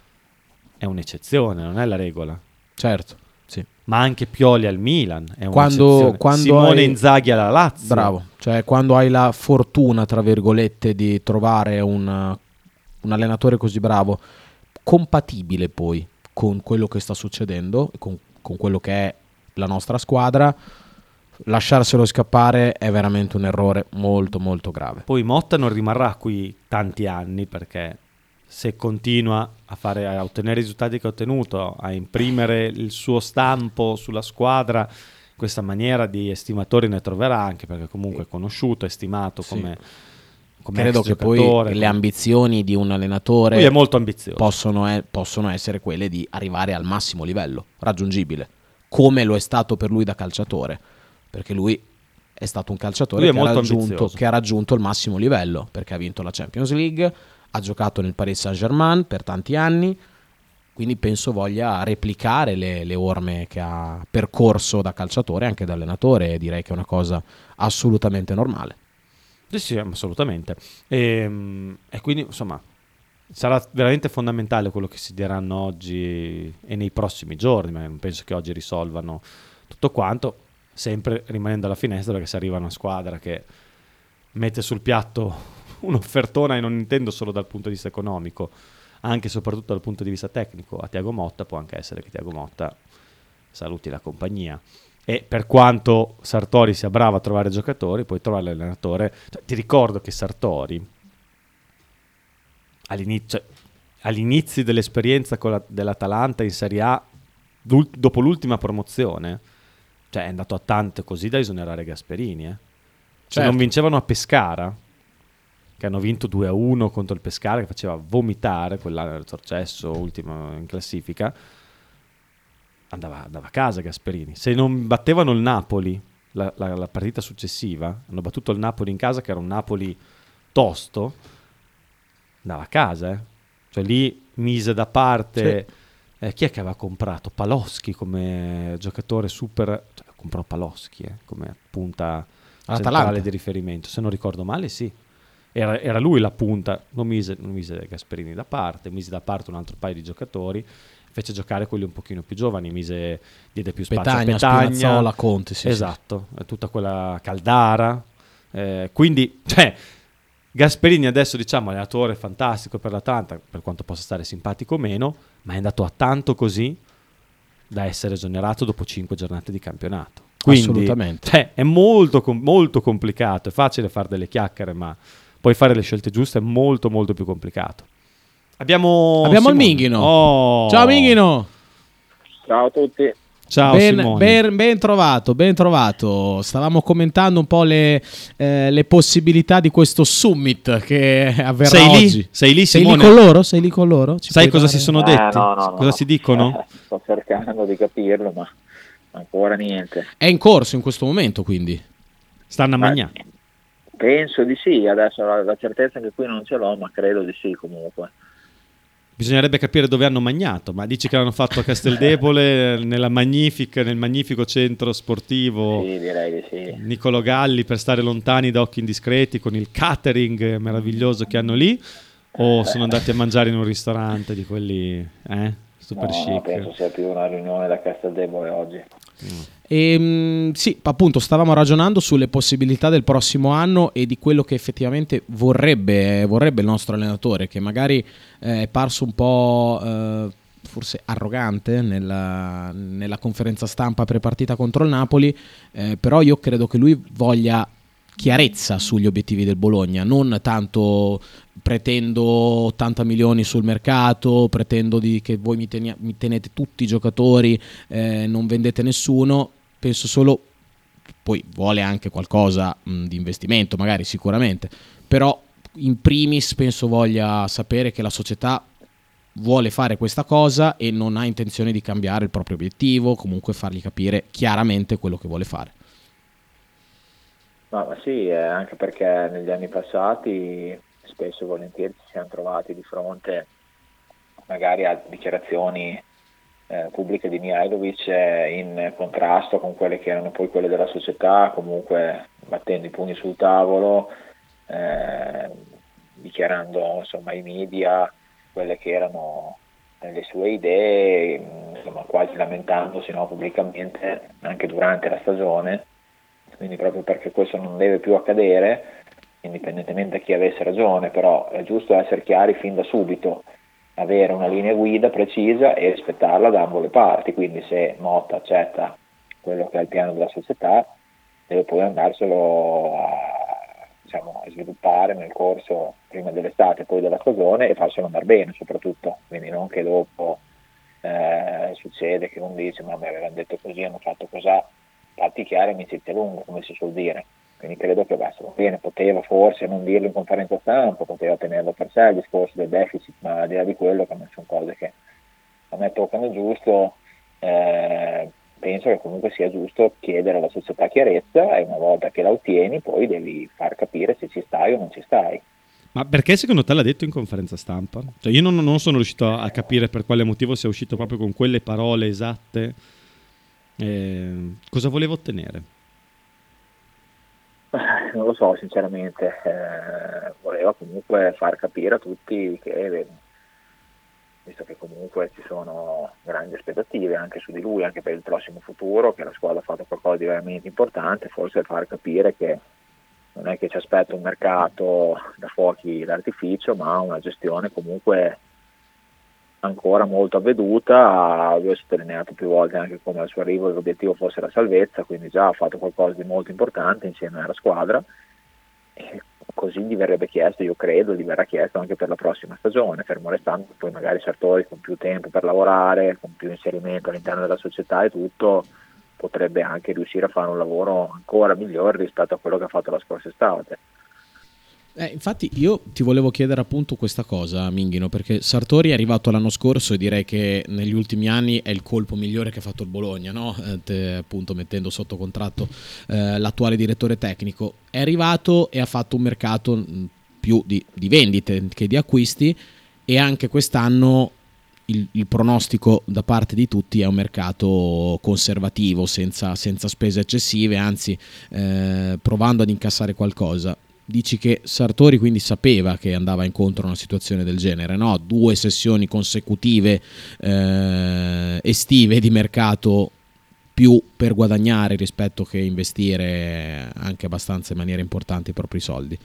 è un'eccezione, non è la regola. Certo, sì. Ma anche Pioli al Milan è quando, un'eccezione. quando Simone hai... Inzaghi alla Lazio. Bravo, cioè quando hai la fortuna, tra virgolette, di trovare un, un allenatore così bravo, compatibile poi con quello che sta succedendo, con, con quello che è la nostra squadra, lasciarselo scappare è veramente un errore molto molto grave. Poi Motta non rimarrà qui tanti anni, perché se continua a fare, a ottenere i risultati che ha ottenuto, a imprimere il suo stampo sulla squadra, in questa maniera di estimatori ne troverà, anche perché comunque è conosciuto, è stimato sì. come, come credo che poi come... le ambizioni di un allenatore lui è molto ambizioso. Possono, eh, possono essere quelle di arrivare al massimo livello raggiungibile, come lo è stato per lui da calciatore, perché lui è stato un calciatore che ha, raggiunto, che ha raggiunto il massimo livello, perché ha vinto la Champions League, ha giocato nel Paris Saint-Germain per tanti anni, quindi penso voglia replicare le, le orme che ha percorso da calciatore, anche da allenatore, e direi che è una cosa assolutamente normale. Sì, sì, assolutamente. E, e quindi, insomma, sarà veramente fondamentale quello che si diranno oggi e nei prossimi giorni, ma non penso che oggi risolvano tutto quanto, sempre rimanendo alla finestra, perché se arriva una squadra che mette sul piatto un'offertona, e non intendo solo dal punto di vista economico, anche e soprattutto dal punto di vista tecnico, a Thiago Motta, può anche essere che Thiago Motta saluti la compagnia. E per quanto Sartori sia bravo a trovare giocatori, poi trovare l'allenatore. Cioè, ti ricordo che Sartori all'inizio, cioè, all'inizio dell'esperienza con la, dell'Atalanta in Serie A, dul- dopo l'ultima promozione, cioè è andato a tante così da esonerare Gasperini. Eh. Se certo. non vincevano a Pescara, che hanno vinto due a uno contro il Pescara, che faceva vomitare, quell'anno del retrocesso, ultimo in classifica, andava, andava a casa Gasperini. Se non battevano il Napoli la, la, la partita successiva, hanno battuto il Napoli in casa, che era un Napoli tosto, andava a casa, eh. Cioè lì mise da parte, sì. eh, chi è che aveva comprato? Paloschi come giocatore super, cioè, comprò Paloschi eh, come punta centrale di riferimento, se non ricordo male sì, era, era lui la punta, non mise, non mise Gasperini da parte, mise da parte un altro paio di giocatori, fece giocare quelli un pochino più giovani, mise, diede più spazio Petagna, a Petagna, Spinazzola, Conte, sì, esatto, sì. Tutta quella Caldara, eh, quindi cioè Gasperini adesso diciamo allenatore fantastico per l'Atalanta, per quanto possa stare simpatico o meno, ma è andato a tanto così da essere esonerato dopo cinque giornate di campionato. Quindi, assolutamente. Cioè, è molto, molto complicato, è facile fare delle chiacchiere, ma poi fare le scelte giuste è molto molto più complicato. Abbiamo, Abbiamo il Simone. Minghino. Oh. Ciao Minghino. Ciao a tutti. Ciao ben, Simone. Ben, ben trovato, ben trovato. Stavamo commentando un po' le, eh, le possibilità di questo summit che avverrà Sei lì? oggi. Sei lì, Sei Simone? lì con loro? Sei lì con loro? Ci Sai puoi cosa dare- si sono Eh, detti? no, no, no, cosa no. si dicono? Eh, sto cercando di capirlo, ma ancora niente. È in corso in questo momento, quindi. Stanno a Ma- mangiare. Penso di sì, adesso la, la certezza anche qui non ce l'ho, ma credo di sì comunque. Bisognerebbe capire dove hanno magnato, ma dici che l'hanno fatto a Casteldebole nella magnifica, nel magnifico centro sportivo Sì, direi di sì. Niccolò Galli, per stare lontani da occhi indiscreti, con il catering meraviglioso che hanno lì, o sono andati a mangiare in un ristorante di quelli eh, super No, chic? penso sia più una riunione da Casteldebole oggi. E, mh, sì, appunto, stavamo ragionando sulle possibilità del prossimo anno e di quello che effettivamente vorrebbe, vorrebbe il nostro allenatore, che magari eh, è parso un po' eh, forse arrogante nella, nella conferenza stampa pre-partita contro il Napoli, eh, però io credo che lui voglia chiarezza sugli obiettivi del Bologna, non tanto pretendo ottanta milioni sul mercato, pretendo di, che voi mi, tenia, mi tenete tutti i giocatori, eh, non vendete nessuno, penso solo, poi vuole anche qualcosa mh, di investimento magari sicuramente, però in primis penso voglia sapere che la società vuole fare questa cosa e non ha intenzione di cambiare il proprio obiettivo, comunque fargli capire chiaramente quello che vuole fare. Ma, ma sì, eh, anche perché negli anni passati spesso e volentieri ci siamo trovati di fronte magari a dichiarazioni eh, pubbliche di Mihajlovic eh, in contrasto con quelle che erano poi quelle della società, comunque battendo i pugni sul tavolo, eh, dichiarando insomma ai media quelle che erano le sue idee, insomma quasi lamentandosi no, pubblicamente anche durante la stagione. Quindi proprio perché questo non deve più accadere, indipendentemente da chi avesse ragione, però è giusto essere chiari fin da subito, avere una linea guida precisa e rispettarla da ambo le parti, quindi se Motta accetta quello che è il piano della società, deve poi andarselo a, diciamo, a sviluppare nel corso prima dell'estate e poi della stagione e farselo andare bene soprattutto, quindi non che dopo eh, succede che uno dice ma mi avevano detto così, hanno fatto così, fatti chiari, amicizia lunga, come si suol dire. Quindi credo che basta, bene, poteva forse non dirlo in conferenza stampa, poteva tenerlo per sé il discorso del deficit, ma al di là di quello, che non sono cose che a me toccano giusto, eh, penso che comunque sia giusto chiedere alla società chiarezza e una volta che la ottieni poi devi far capire se ci stai o non ci stai. Ma perché secondo te l'ha detto in conferenza stampa? Cioè io non, non sono riuscito a capire per quale motivo sia uscito proprio con quelle parole esatte. Eh, cosa voleva ottenere? Non lo so sinceramente, eh, voleva comunque far capire a tutti che, visto che comunque ci sono grandi aspettative anche su di lui, anche per il prossimo futuro, che la squadra ha fatto qualcosa di veramente importante, forse far capire che non è che ci aspetta un mercato da fuochi d'artificio, ma una gestione comunque ancora molto avveduta. Lui ha sottolineato più volte anche come al suo arrivo l'obiettivo fosse la salvezza, quindi già ha fatto qualcosa di molto importante insieme alla squadra e così gli verrebbe chiesto, io credo, gli verrà chiesto anche per la prossima stagione, fermo restando poi magari Sartori con più tempo per lavorare, con più inserimento all'interno della società e tutto, potrebbe anche riuscire a fare un lavoro ancora migliore rispetto a quello che ha fatto la scorsa estate. Eh, infatti io ti volevo chiedere appunto questa cosa, Minghino, perché Sartori è arrivato l'anno scorso e direi che negli ultimi anni è il colpo migliore che ha fatto il Bologna, no? Eh, te, appunto mettendo sotto contratto eh, l'attuale direttore tecnico. È arrivato e ha fatto un mercato mh, più di, di vendite che di acquisti, e anche quest'anno il, il pronostico da parte di tutti è un mercato conservativo, senza, senza spese eccessive, anzi eh, provando ad incassare qualcosa. Dici che Sartori quindi sapeva che andava incontro a una situazione del genere, no? Due sessioni consecutive eh, estive di mercato, più per guadagnare rispetto che investire anche abbastanza in maniera importante i propri soldi.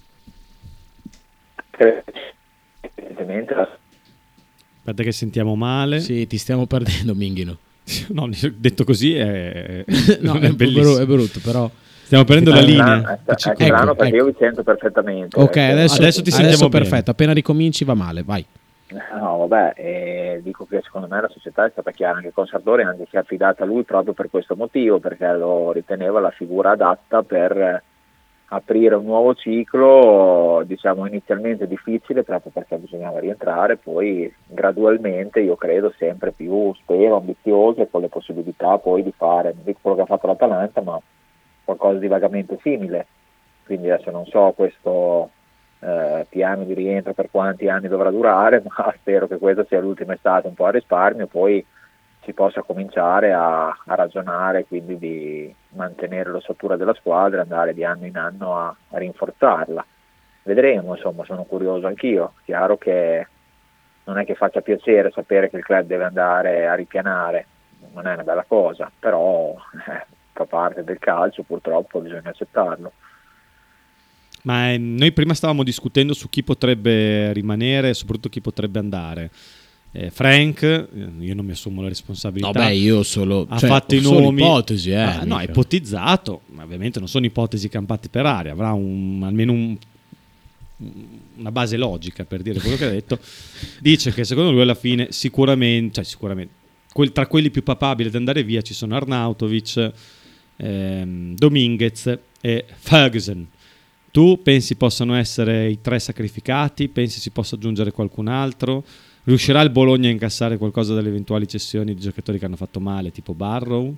Evidentemente. Aspetta che sentiamo male. Sì, ti stiamo perdendo, Minghino. No, detto così è, no, è, è, bellissimo. È brutto, però stiamo prendendo la linea. È, è strano ecco, perché ecco. io vi sento perfettamente. Ok, adesso, adesso ti sentiamo adesso bene. perfetto. Appena ricominci va male, vai. No, vabbè, eh, dico che secondo me la società è stata chiara anche con Sartori, anche si è affidata a lui proprio per questo motivo, perché lo riteneva la figura adatta per aprire un nuovo ciclo, diciamo inizialmente difficile proprio perché bisognava rientrare, poi gradualmente, io credo sempre più, spero, ambizioso e con le possibilità poi di fare, non dico quello che ha fatto l'Atalanta, ma qualcosa di vagamente simile. Quindi adesso non so questo eh, piano di rientro per quanti anni dovrà durare, ma spero che questa sia l'ultima estate un po' a risparmio, poi si possa cominciare a, a ragionare quindi di mantenere l'ossatura della squadra e andare di anno in anno a, a rinforzarla. Vedremo, insomma, sono curioso anch'io. Chiaro che non è che faccia piacere sapere che il club deve andare a ripianare, non è una bella cosa, però eh, fa parte del calcio, purtroppo bisogna accettarlo. Ma eh, noi prima stavamo discutendo su chi potrebbe rimanere e soprattutto chi potrebbe andare. Eh, Frank, io non mi assumo la responsabilità. No, beh, io solo ha cioè, fatto i solo nomi. ipotesi, eh, ah, no, è ipotizzato, ma ovviamente non sono ipotesi campate per aria, avrà un, almeno un, una base logica per dire quello che ha detto. Dice che secondo lui alla fine sicuramente, cioè sicuramente quel, tra quelli più papabili ad andare via ci sono Arnautovic, ehm, Dominguez e Ferguson. Tu pensi possano essere i tre sacrificati? Pensi si possa aggiungere qualcun altro? Riuscirà il Bologna a incassare qualcosa dalle eventuali cessioni di giocatori che hanno fatto male, tipo Barrow?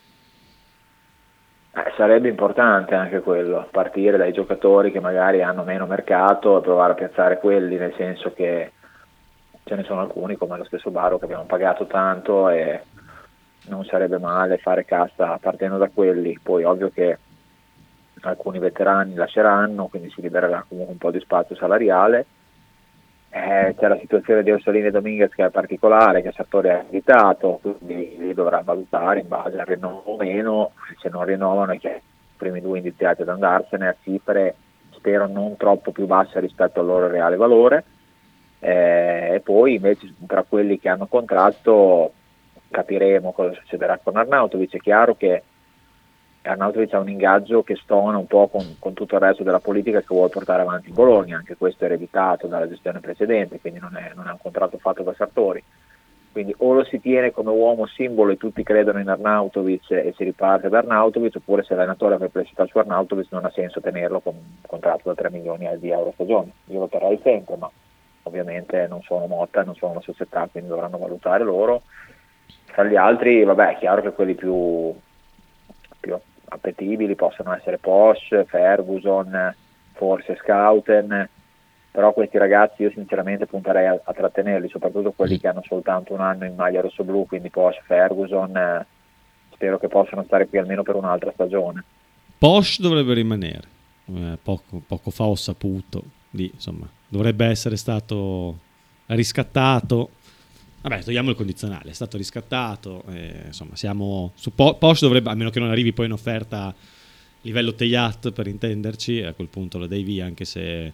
Eh, sarebbe importante anche quello, partire dai giocatori che magari hanno meno mercato e provare a piazzare quelli, nel senso che ce ne sono alcuni come lo stesso Barrow che abbiamo pagato tanto e non sarebbe male fare cassa partendo da quelli. Poi ovvio che alcuni veterani lasceranno, quindi si libererà comunque un po' di spazio salariale. Eh, c'è la situazione di Orsolini e Dominguez che è particolare, che Sartori ha invitato, quindi li dovrà valutare in base al rinnovo o meno. Se non rinnovano, è che i primi due indiziati ad andarsene a cifre spero non troppo più basse rispetto al loro reale valore, eh, e poi invece tra quelli che hanno contratto capiremo cosa succederà con Arnautovic. È chiaro che Arnautovic ha un ingaggio che stona un po' con, con tutto il resto della politica che vuole portare avanti in Bologna, anche questo è ereditato dalla gestione precedente, quindi non è, non è un contratto fatto da Sartori, quindi o lo si tiene come uomo simbolo e tutti credono in Arnautovic e si riparte da Arnautovic, oppure se l'allenatore ha perplessità su Arnautovic non ha senso tenerlo con un contratto da tre milioni di euro a stagione. Io lo terrei sempre, ma ovviamente non sono Motta, non sono una società, quindi dovranno valutare loro. Tra gli altri, vabbè, è chiaro che quelli più più appetibili possono essere Posch, Ferguson, forse Scouten, però questi ragazzi io sinceramente punterei a, a trattenerli, soprattutto quelli che hanno soltanto un anno in maglia rossoblù, quindi Posch, Ferguson, eh, spero che possano stare qui almeno per un'altra stagione. Posch dovrebbe rimanere, eh, poco, poco fa ho saputo, lì, insomma, dovrebbe essere stato riscattato. Vabbè, togliamo il condizionale, è stato riscattato, eh, insomma siamo su po- Porsche dovrebbe, a meno che non arrivi poi in offerta livello Teyat per intenderci, a quel punto lo dai via anche se,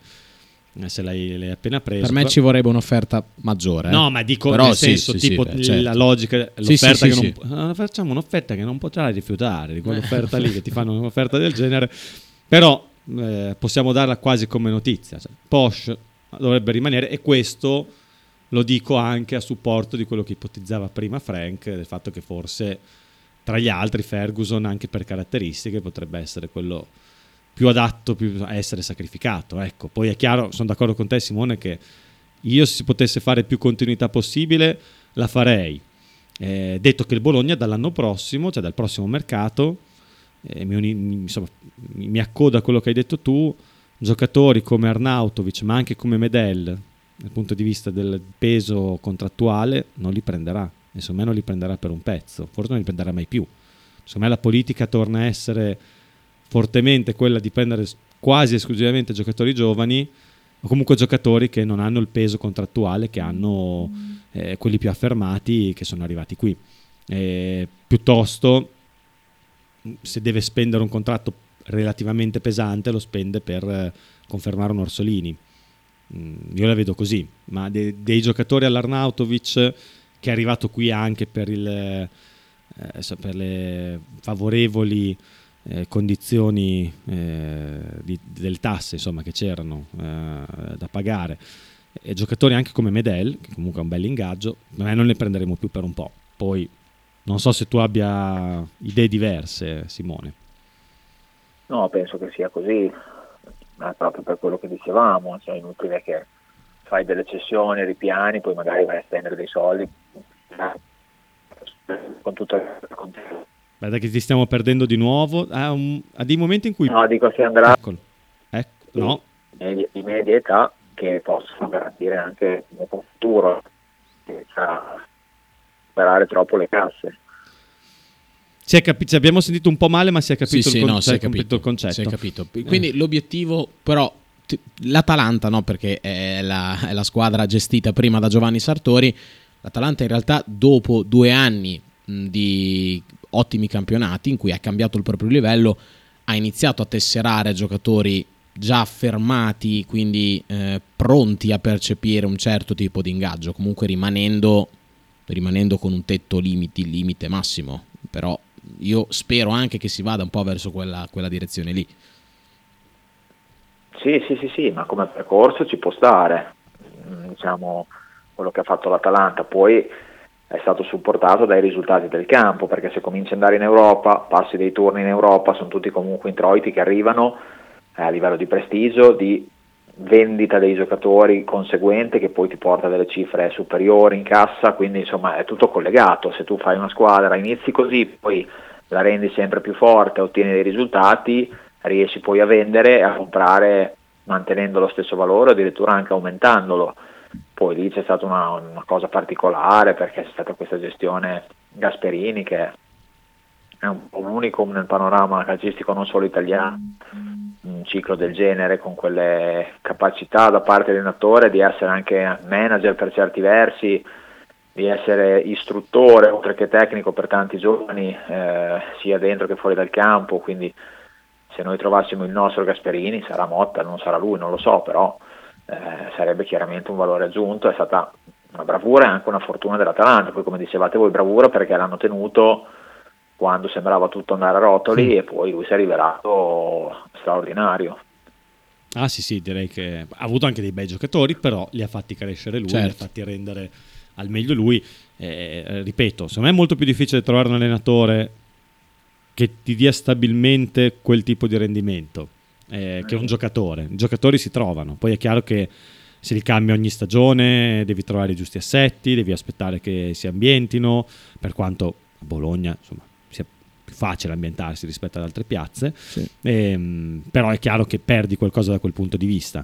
se l'hai, l'hai appena preso. Per me però... ci vorrebbe un'offerta maggiore. Eh? No, ma dico però nel sì, senso sì, tipo sì, certo. la logica, l'offerta sì, sì, che sì, non sì. facciamo un'offerta che non potrai rifiutare, di quell'offerta lì che ti fanno un'offerta del genere, però eh, possiamo darla quasi come notizia, cioè, Porsche dovrebbe rimanere e questo lo dico anche a supporto di quello che ipotizzava prima Frank, del fatto che forse tra gli altri Ferguson, anche per caratteristiche, potrebbe essere quello più adatto più a essere sacrificato. Ecco, poi è chiaro, sono d'accordo con te Simone, che io se si potesse fare più continuità possibile la farei. Eh, detto che il Bologna dall'anno prossimo, cioè dal prossimo mercato, eh, mi, insomma, mi accoda a quello che hai detto tu, giocatori come Arnautovic, ma anche come Medel, dal punto di vista del peso contrattuale non li prenderà, e secondo me non li prenderà per un pezzo, forse non li prenderà mai più. Secondo me la politica torna a essere fortemente quella di prendere quasi esclusivamente giocatori giovani, o comunque giocatori che non hanno il peso contrattuale che hanno eh, quelli più affermati che sono arrivati qui. Eh, piuttosto, se deve spendere un contratto relativamente pesante, lo spende per eh, confermare un Orsolini. Mm, io la vedo così, ma de- dei giocatori all'Arnautovic, che è arrivato qui anche per, il, eh, per le favorevoli eh, condizioni eh, di, delle tasse, insomma, che c'erano eh, da pagare, e giocatori anche come Medel, che comunque ha un bel ingaggio, ma non ne prenderemo più per un po'. Poi non so se tu abbia idee diverse, Simone. No, penso che sia così, ma proprio per quello che dicevamo, cioè è inutile che fai delle cessioni, ripiani, poi magari vai a spendere dei soldi con tutto il... Guarda che ti stiamo perdendo di nuovo, ha, un, ha dei momenti in cui... No, dico se andrà... Eccolo. Ecco, no. Di, di media età che possono garantire anche il futuro, senza sperare troppo le casse. Si è capi- ci abbiamo sentito un po' male, ma si è capito, Sì, sì, il, con- no, si è capito capito, il concetto. si è capito. Quindi eh. l'obiettivo, però, t- l'Atalanta, no, perché è la, è la squadra gestita prima da Giovanni Sartori, l'Atalanta in realtà dopo due anni mh, di ottimi campionati in cui ha cambiato il proprio livello, ha iniziato a tesserare giocatori già affermati, quindi eh, pronti a percepire un certo tipo di ingaggio, comunque rimanendo, rimanendo con un tetto limiti, limite massimo, però io spero anche che si vada un po' verso quella, quella direzione lì. Sì, sì, sì, sì, ma come percorso ci può stare, diciamo, quello che ha fatto l'Atalanta, poi è stato supportato dai risultati del campo, perché se cominci ad andare in Europa, passi dei turni in Europa, sono tutti comunque introiti che arrivano eh, a livello di prestigio, di vendita dei giocatori conseguente, che poi ti porta delle cifre superiori in cassa, quindi insomma è tutto collegato. Se tu fai una squadra, inizi così, poi la rendi sempre più forte, ottieni dei risultati, riesci poi a vendere e a comprare mantenendo lo stesso valore o addirittura anche aumentandolo. Poi lì c'è stata una, una cosa particolare, perché c'è stata questa gestione Gasperini che è un po' un unicum nel panorama calcistico non solo italiano, un ciclo del genere con quelle capacità da parte dell'allenatore di essere anche manager per certi versi, di essere istruttore oltre che tecnico per tanti giovani eh, sia dentro che fuori dal campo. Quindi se noi trovassimo il nostro Gasperini, sarà Motta, non sarà lui, non lo so, però eh, sarebbe chiaramente un valore aggiunto. È stata una bravura e anche una fortuna dell'Atalanta, poi come dicevate voi bravura perché l'hanno tenuto quando sembrava tutto andare a rotoli, mm. e poi lui si è rivelato straordinario. Ah sì sì, direi che ha avuto anche dei bei giocatori, però li ha fatti crescere lui, certo. Li ha fatti rendere al meglio lui. Eh, ripeto, secondo me è molto più difficile trovare un allenatore che ti dia stabilmente quel tipo di rendimento eh, che un giocatore. I giocatori si trovano, poi è chiaro che se li cambia ogni stagione devi trovare i giusti assetti, devi aspettare che si ambientino, per quanto a Bologna insomma sia più facile ambientarsi rispetto ad altre piazze, sì. e, però è chiaro che perdi qualcosa da quel punto di vista.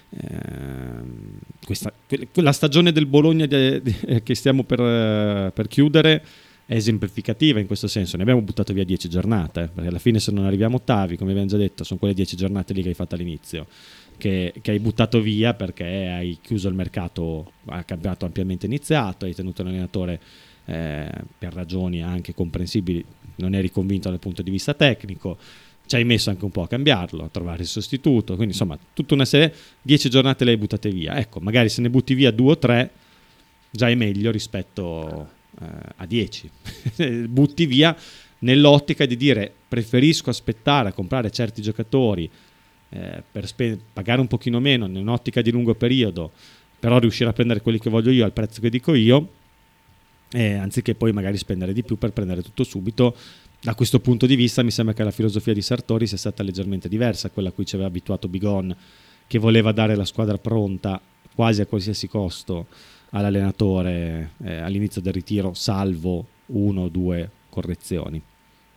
Eh, questa, la stagione del Bologna de, de, che stiamo per, per chiudere è esemplificativa in questo senso. Ne abbiamo buttato via dieci giornate, eh, perché alla fine se non arriviamo ottavi, come abbiamo già detto, sono quelle dieci giornate lì che hai fatto all'inizio che, che hai buttato via perché hai chiuso il mercato, il campionato ampiamente iniziato, hai tenuto un allenatore eh, per ragioni anche comprensibili, non eri convinto dal punto di vista tecnico, ci hai messo anche un po' a cambiarlo, a trovare il sostituto, quindi insomma tutta una serie, dieci giornate le hai buttate via. Ecco, magari se ne butti via due o tre già è meglio rispetto eh, a dieci. Butti via nell'ottica di dire preferisco aspettare a comprare certi giocatori eh, per spe- pagare un pochino meno in un'ottica di lungo periodo, però riuscire a prendere quelli che voglio io al prezzo che dico io, eh, anziché poi magari spendere di più per prendere tutto subito. Da questo punto di vista mi sembra che la filosofia di Sartori sia stata leggermente diversa a quella a cui ci aveva abituato Bigon, che voleva dare la squadra pronta quasi a qualsiasi costo all'allenatore eh, all'inizio del ritiro, salvo uno o due correzioni.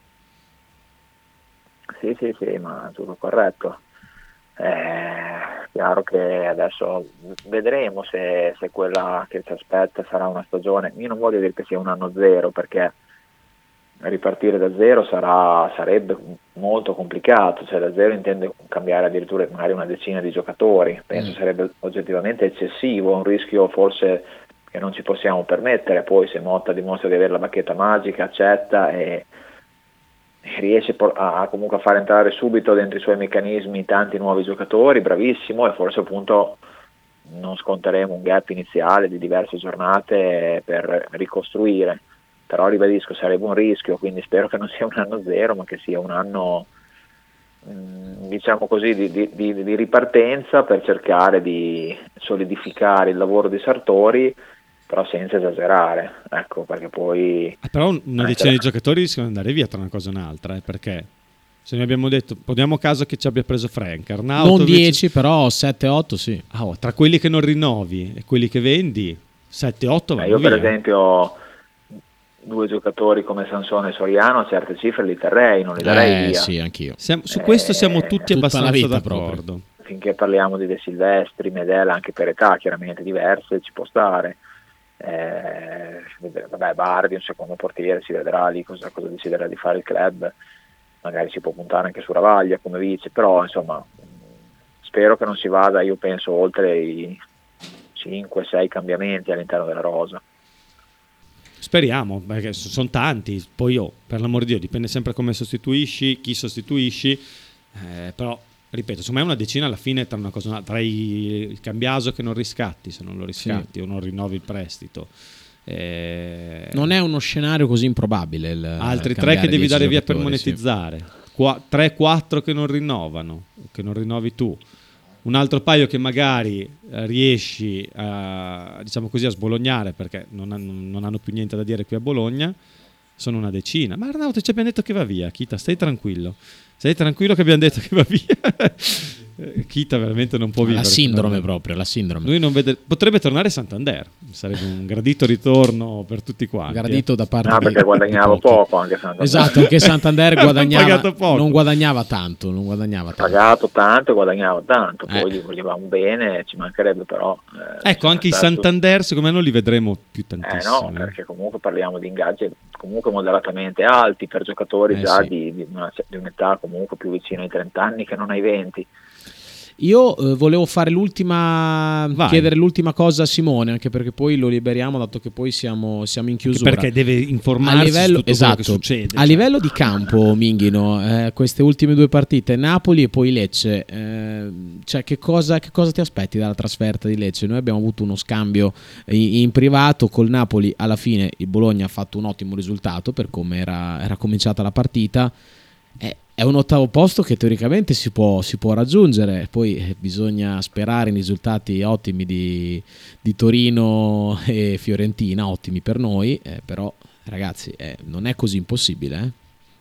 Sì, sì, sì, ma tutto corretto. Eh, chiaro che adesso vedremo se, se quella che ci aspetta sarà una stagione. Io non voglio dire che sia un anno zero, perché ripartire da zero sarà, sarebbe molto complicato, cioè da zero intende cambiare addirittura magari una decina di giocatori, penso mm. sarebbe oggettivamente eccessivo, un rischio forse che non ci possiamo permettere. Poi se Motta dimostra di avere la bacchetta magica, accetta e, e riesce a, a comunque a far entrare subito dentro i suoi meccanismi tanti nuovi giocatori, bravissimo, e forse appunto non sconteremo un gap iniziale di diverse giornate per ricostruire. Però ribadisco, sarebbe un rischio, quindi spero che non sia un anno zero, ma che sia un anno mh, diciamo così di, di, di, di ripartenza per cercare di solidificare il lavoro di Sartori, però senza esagerare, ecco, perché poi ah, però una decina di giocatori rischiano di andare via tra una cosa e un'altra, eh, perché se noi abbiamo detto, poniamo caso che ci abbia preso Frank Arnautovic, non dieci, però sette otto sì. Ah, oh, tra quelli che non rinnovi e quelli che vendi sette otto vanno io via. Per esempio due giocatori come Sansone e Soriano a certe cifre li terrei, non li darei eh, via. Sì, anch'io. Siamo, su questo siamo tutti Tutta abbastanza vita d'accordo. proprio. Finché parliamo di De Silvestri, Medela, anche per età chiaramente diverse, ci può stare. Eh, vabbè, Bardi, un secondo portiere, si vedrà lì cosa, cosa deciderà di fare il club. Magari si può puntare anche su Ravaglia come vice, però insomma spero che non si vada, io penso, oltre i cinque sei cambiamenti all'interno della rosa. Speriamo, perché sono tanti, poi oh, per l'amor di Dio, dipende sempre come sostituisci, chi sostituisci, eh, però ripeto, secondo me una decina alla fine tra una cosa e un'altra, tra i, il Cambiaso che non riscatti, se non lo riscatti sì. o non rinnovi il prestito. Eh, non è uno scenario così improbabile. Il, altri tre che devi dare via per monetizzare, tre quattro che non rinnovano, che non rinnovi tu. Un altro paio che magari eh, riesci a, diciamo così, a sbolognare perché non hanno, non hanno più niente da dire qui a Bologna, sono una decina. Ma Arnauto ci abbiamo detto che va via, Kita, stai tranquillo. Stai tranquillo che abbiamo detto che va via. Kita veramente non può vivere. La sindrome proprio, la sindrome. Lui non vede, potrebbe tornare a Santander, sarebbe un gradito ritorno per tutti quanti. Gradito da parte no, di perché guadagnava poco anche Santander. Esatto, anche Santander guadagnava non guadagnava tanto, non guadagnava tanto. Pagato tanto, guadagnava tanto, poi eh. gli volevamo bene, ci mancherebbe però. Eh, ecco, anche i Santander secondo me non li vedremo più tantissimo. Eh no, perché comunque parliamo di ingaggi comunque moderatamente alti per giocatori eh, già sì. di, di, una, di un'età comunque più vicina ai trenta anni che non ai venti. Io eh, volevo fare l'ultima Vai. chiedere l'ultima cosa a Simone, anche perché poi lo liberiamo, dato che poi siamo, siamo in chiusura. Anche perché deve informarsi a livello, su tutto esatto, quello che succede. A cioè. livello di campo, Minghino, eh, queste ultime due partite, Napoli e poi Lecce, eh, cioè che cosa, che cosa ti aspetti dalla trasferta di Lecce? Noi abbiamo avuto uno scambio in, in privato col Napoli, alla fine il Bologna ha fatto un ottimo risultato per come era, era cominciata la partita. Eh, È un ottavo posto che teoricamente si può, si può raggiungere, poi eh, bisogna sperare in risultati ottimi di, di Torino e Fiorentina, ottimi per noi, eh, però ragazzi eh, non è così impossibile. Eh?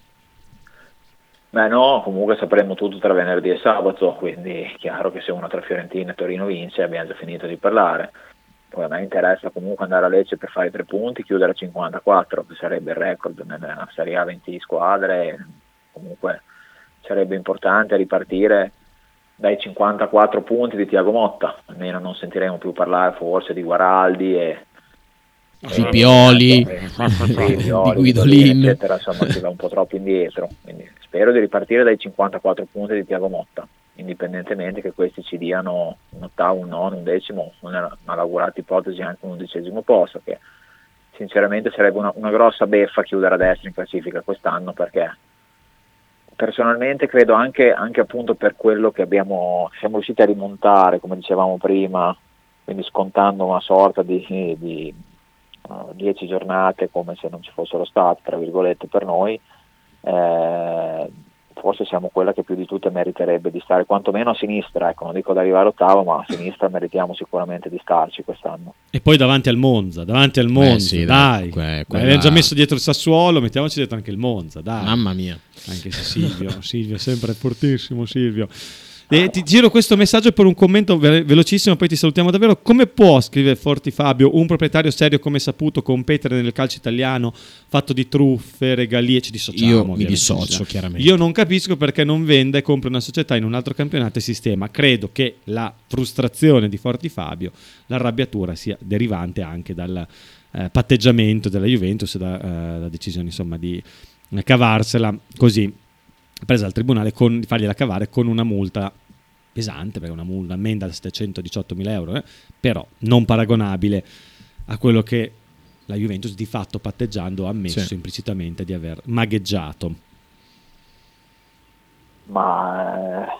Beh no, comunque sapremo tutto tra venerdì e sabato, quindi è chiaro che se uno tra Fiorentina e Torino vince abbiamo già finito di parlare. Poi a me interessa comunque andare a Lecce per fare tre punti, chiudere a cinquantaquattro, che sarebbe il record nella Serie A, venti squadre. Comunque sarebbe importante ripartire dai cinquantaquattro punti di Thiago Motta, almeno non sentiremo più parlare forse di Guaraldi e di Pioli, di Guidolin, eccetera, insomma si va un po' troppo indietro, quindi spero di ripartire dai cinquantaquattro punti di Thiago Motta, indipendentemente che questi ci diano un ottavo, un nono, un decimo, una malaugurata ipotesi anche un undicesimo posto, che sinceramente sarebbe una, una grossa beffa chiudere a destra in classifica quest'anno, perché personalmente credo anche, anche appunto per quello che abbiamo siamo riusciti a rimontare, come dicevamo prima, quindi scontando una sorta di, di uh, dieci giornate come se non ci fossero state, tra virgolette, per noi, eh, forse siamo quella che più di tutte meriterebbe di stare quantomeno a sinistra, ecco, non dico ad arrivare ottavo, ma a sinistra meritiamo sicuramente di starci quest'anno. E poi davanti al Monza, davanti al Monza, eh sì, dai, dai. Que- quella... abbiamo già messo dietro il Sassuolo, mettiamoci dietro anche il Monza, dai. Mamma mia. Anche se Silvio, Silvio è sempre fortissimo, Silvio. E ti giro questo messaggio per un commento ve- velocissimo, poi ti salutiamo davvero. Come può, scrive Forti Fabio, un proprietario serio come Saputo competere nel calcio italiano fatto di truffe, regalie? Ci dissociamo. Io mi ovviamente, dissocio, sì. chiaramente. Io non capisco perché non vende e compra una società in un altro campionato e sistema. Credo che la frustrazione di Forti Fabio, l'arrabbiatura sia derivante anche dal eh, patteggiamento della Juventus e da, eh, la decisione insomma di eh, cavarsela così presa al tribunale, con, di fargliela cavare con una multa pesante, perché una multa ammenda da settecentodiciottomila euro, eh, però non paragonabile a quello che la Juventus di fatto patteggiando ha ammesso sì. implicitamente di aver magheggiato. Ma eh,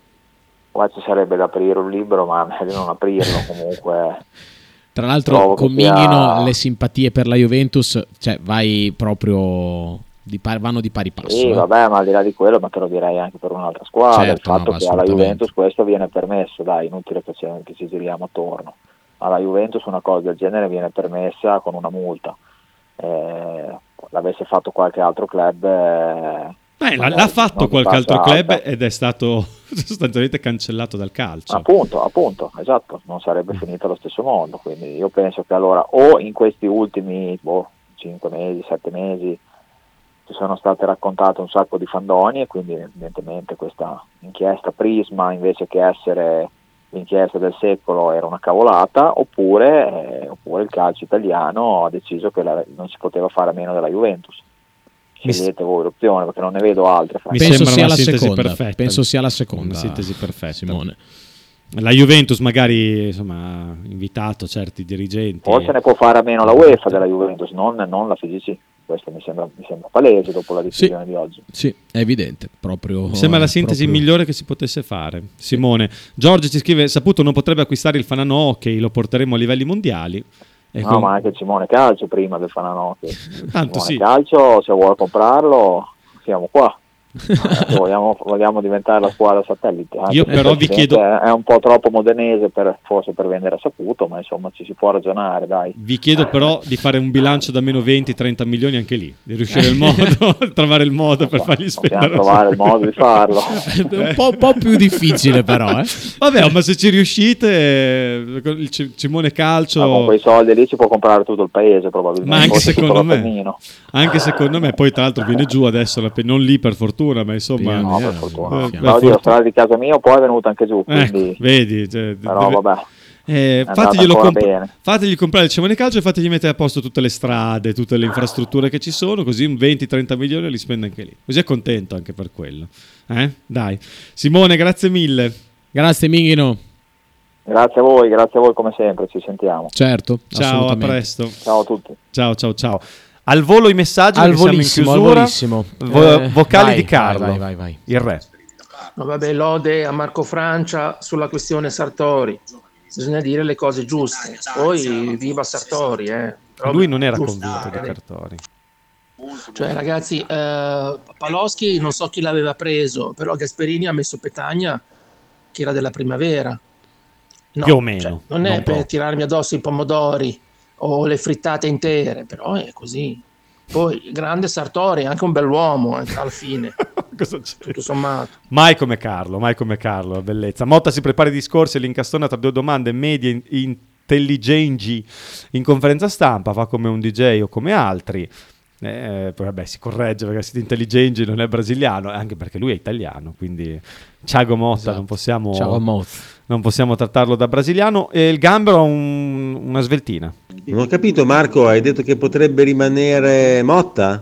qua ci sarebbe da aprire un libro, ma meglio non aprirlo comunque. Tra l'altro con Minghino sia... le simpatie per la Juventus, cioè vai proprio... Di par- vanno di pari passo. Sì, eh. vabbè, ma al di là di quello, ma te lo direi anche per un'altra squadra. Certo, il fatto no, che alla Juventus questo viene permesso, dai, inutile che ci, che ci giriamo attorno. Alla Juventus una cosa del genere viene permessa con una multa. Eh, l'avesse fatto qualche altro club. Eh, Beh, l'ha fatto qualche altro club alta. Ed è stato sostanzialmente cancellato dal calcio. Appunto, appunto, esatto, non sarebbe finita allo stesso modo. Quindi io penso che allora, o in questi ultimi boh, cinque mesi, sette mesi, ci sono state raccontate un sacco di fandoni e quindi evidentemente questa inchiesta Prisma, invece che essere l'inchiesta del secolo, era una cavolata, oppure, eh, oppure il calcio italiano ha deciso che la, non si poteva fare a meno della Juventus. Scegliete voi l'opzione, perché non ne vedo altre. Mi penso sembra sia una la sintesi seconda. perfetta. Penso sia la seconda. Una sintesi perfetta. Simone. La Juventus magari insomma ha invitato certi dirigenti. O se ne può fare a meno la UEFA della Juventus, non, non la F I G C. Questo mi sembra, mi sembra palese dopo la decisione sì, di oggi. Sì, è evidente. Proprio, mi sembra la sintesi proprio... migliore che si potesse fare. Simone, Giorgio ci scrive: Saputo non potrebbe acquistare il Fanano Hockey, lo porteremo a livelli mondiali. E no, con... ma anche Simone Calcio prima del Fanano Hockey. Tanto Simone sì. Calcio, se vuole comprarlo, siamo qua. eh, vogliamo, vogliamo diventare la squadra satellite. Anche Io però vi chiedo, è un po' troppo modenese per, forse per vendere a Saputo, ma insomma ci si può ragionare, dai. Vi chiedo però di fare un bilancio da meno venti trenta milioni anche lì, di riuscire il modo trovare il modo per fargli spendere. Possiamo trovare il modo di farlo. un, po', un po' più difficile però, eh. Vabbè, ma se ci riuscite, il Simone Calcio, ma con quei soldi lì si può comprare tutto il paese probabilmente. Ma anche secondo me, anche secondo me, poi tra l'altro viene giù adesso la pe- non lì per fortuna, ma insomma, no, per fortuna. Eh, no, la strada di casa mia poi è venuta anche giù, quindi ecco, vedi, cioè, però deve... vabbè. Eh, fateglielo comp- fategli comprare il Simone Calcio e fategli mettere a posto tutte le strade, tutte le infrastrutture che ci sono, così un venti trenta milioni li spende anche lì, così è contento anche per quello, eh? Dai, Simone, grazie mille. Grazie Minghino. Grazie a voi, grazie a voi come sempre, ci sentiamo. Certo, ciao, a presto. Ciao a tutti. Ciao, ciao, ciao. Al volo i messaggi, al volissimo, siamo in chiusura. Al volissimo. Vo- eh, vocali vai, di Carlo, vai, vai, vai. il re. No, vabbè, lode a Marco Francia sulla questione Sartori. Bisogna dire le cose giuste. Poi viva Sartori, eh. Lui non era giusto, convinto di Sartori. Cioè, ragazzi, eh, Paloschi non so chi l'aveva preso, però Gasperini ha messo Petagna, che era della primavera. No, più o meno. Cioè, non è non per po'. tirarmi addosso i pomodori o le frittate intere, però è così. Poi grande Sartori, anche un bell'uomo eh, alla fine. Cosa c'è? Tutto sommato. Mai come Carlo, mai come Carlo, bellezza. Motta si prepara i discorsi e l'incastona tra due domande medie in- intelligenti in conferenza stampa, fa come un D J o come altri. Eh, poi vabbè, si corregge perché siete intelligenti, non è brasiliano, anche perché lui è italiano, quindi Thiago Motta, esatto. non possiamo Ciao, Motta. non possiamo trattarlo da brasiliano. E il Gambero ha un, una sveltina. Non ho capito, Marco, hai detto che potrebbe rimanere Motta?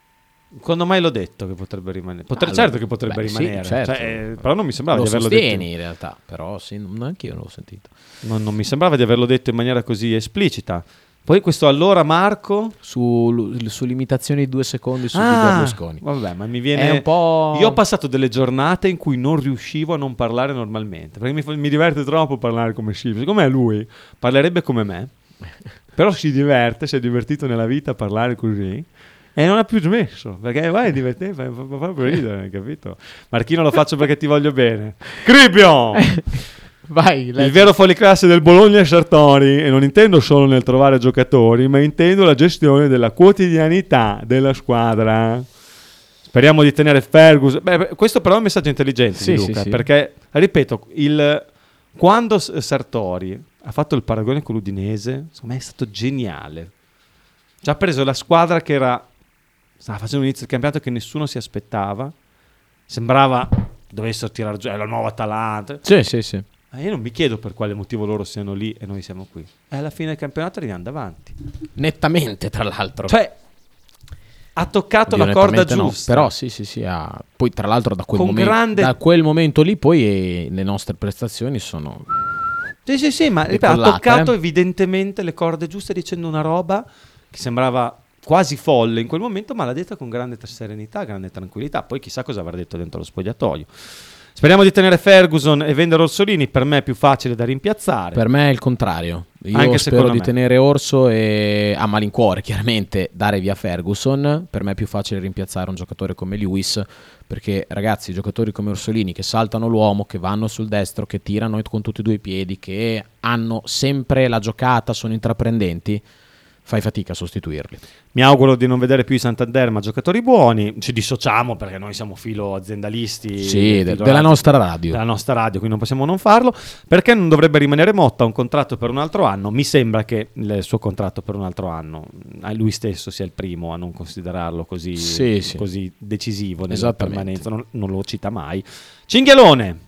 Quando mai l'ho detto che potrebbe rimanere? Potre- allora, certo che potrebbe beh, rimanere, sì, certo. cioè, però non mi sembrava lo di averlo sostieni detto in realtà, però sì, neanche io non l'ho sentito. non, non mi sembrava di averlo detto in maniera così esplicita. Poi questo allora Marco su, su limitazione di due secondi su ah, di Berlusconi. Vabbè, ma mi viene è un po'... Io ho passato delle giornate in cui non riuscivo a non parlare normalmente, perché mi, fa- mi diverte troppo parlare come Silvio. Secondo me lui parlerebbe come me, però si diverte, si è divertito nella vita a parlare così e non ha più smesso, perché vai, è divertente, fa, fa, fa proprio ridere, capito? Marchino, lo faccio perché ti voglio bene. Cripion! Vai, il vero fuoriclasse del Bologna è Sartori, e non intendo solo nel trovare giocatori, ma intendo la gestione della quotidianità della squadra. Speriamo di tenere Ferguson. Beh, questo però è un messaggio intelligente sì, di Luca, sì, sì. perché, ripeto, il, quando Sartori ha fatto il paragone con l'Udinese, secondo me è stato geniale. Ci ha preso la squadra che era stava facendo un inizio del campionato che nessuno si aspettava, sembrava dovessero tirare giù, è la nuova Atalanta. Sì, sì, sì. Ma io non mi chiedo per quale motivo loro siano lì e noi siamo qui. E alla fine del campionato arriviamo davanti. Nettamente, tra l'altro. Cioè, ha toccato Oddio, la corda no, giusta. però sì, sì, sì. Ha... Poi, tra l'altro, da quel, Con momento, grande- da quel momento lì, poi eh, le nostre prestazioni sono. Sì, sì, sì, ma ripeto, ha decollate, toccato eh. evidentemente le corde giuste dicendo una roba che sembrava quasi folle in quel momento, ma l'ha detta con grande serenità, grande tranquillità. Poi chissà cosa avrà detto dentro lo spogliatoio. Speriamo di tenere Ferguson e vendere Orsolini, per me è più facile da rimpiazzare. Per me è il contrario. Io Anche spero secondo di me. tenere Orso e a malincuore chiaramente dare via Ferguson. Per me è più facile rimpiazzare un giocatore come Lewis, perché ragazzi, giocatori come Orsolini che saltano l'uomo, che vanno sul destro, che tirano con tutti e due i piedi, che hanno sempre la giocata, sono intraprendenti, fai fatica a sostituirli. Mi auguro di non vedere più i Santander, ma giocatori buoni. Ci dissociamo perché noi siamo filo aziendalisti. Sì, de- filo della radio- nostra radio. Della nostra radio, quindi non possiamo non farlo. Perché non dovrebbe rimanere Motta un contratto per un altro anno? Mi sembra che il suo contratto per un altro anno, eh, lui stesso sia il primo a non considerarlo così, Sì, sì. così decisivo nella Esattamente. permanenza. Non, non lo cita mai. Cinghialone.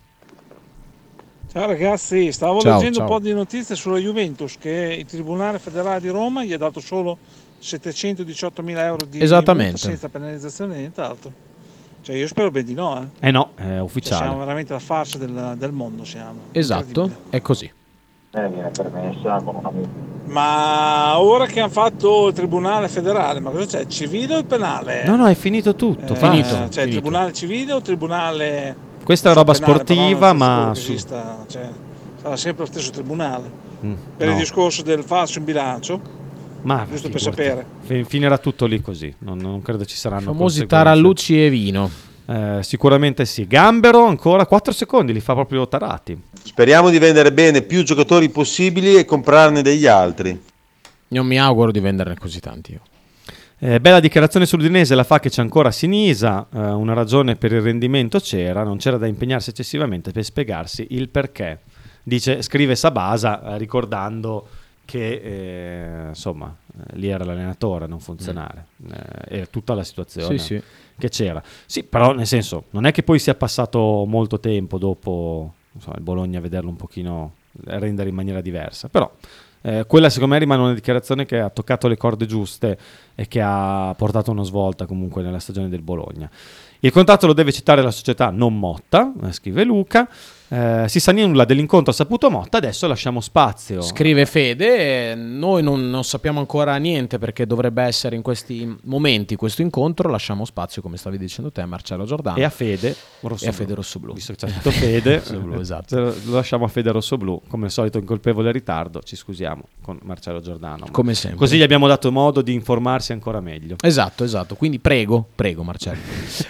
Ciao ragazzi, stavo Ciao, leggendo ciao. un po' di notizie sulla Juventus che il Tribunale Federale di Roma gli ha dato solo settecentodiciottomila euro di Esattamente. multa senza penalizzazione e nient'altro. Cioè io spero ben di no, eh. Eh no, è Cioè, ufficiale. siamo veramente la farsa del, del mondo, siamo. Esatto, è così. Eh, viene permessa con una multa. Ma ora che hanno fatto il Tribunale Federale, ma cosa c'è? Civile o il penale? No, no, è finito tutto. Eh, finito. Cioè il finito. Tribunale Civile o il Tribunale... Questa è roba penale, sportiva, però non ma sono sicuro che su- esista, cioè, sarà sempre lo stesso tribunale. Mm, Per no. il discorso del falso in bilancio, Ma giusto per figurati. sapere. Fi- finirà tutto lì così. Non, non credo ci saranno Famosi conseguenze. tarallucci e vino. Eh, sicuramente sì. Gambero ancora quattro secondi, li fa proprio Tarati. Speriamo di vendere bene più giocatori possibili e comprarne degli altri. Non mi auguro di venderne così tanti io. Eh, bella dichiarazione sull'Udinese, la fa che c'è ancora Sinisa, eh, una ragione per il rendimento c'era, non c'era da impegnarsi eccessivamente per spiegarsi il perché. Dice, scrive Sabasa eh, ricordando che eh, insomma eh, lì era l'allenatore a non funzionare, eh, era tutta la situazione Sì, sì. che c'era. Sì, però nel senso, non è che poi sia passato molto tempo dopo insomma, il Bologna a vederlo un pochino rendere in maniera diversa, però Eh, quella secondo me rimane una dichiarazione che ha toccato le corde giuste e che ha portato una svolta comunque nella stagione del Bologna. Il contratto lo deve citare la società, non Motta, eh, scrive Luca. Eh, si sa nulla dell'incontro saputo Motta, adesso lasciamo spazio. Scrive Fede, eh, noi non, non sappiamo ancora niente perché dovrebbe essere in questi momenti questo incontro, lasciamo spazio come stavi dicendo te Marcello Giordano. E a Fede Rossoblu. E a Fede Rossoblu. Visto che c'è scritto Fede, Rossoblu, esatto. lo lasciamo a Fede Rossoblu, come al solito in colpevole ritardo, ci scusiamo con Marcello Giordano. Come sempre. Così gli abbiamo dato modo di informarsi ancora meglio. Esatto, esatto, quindi prego, prego Marcello.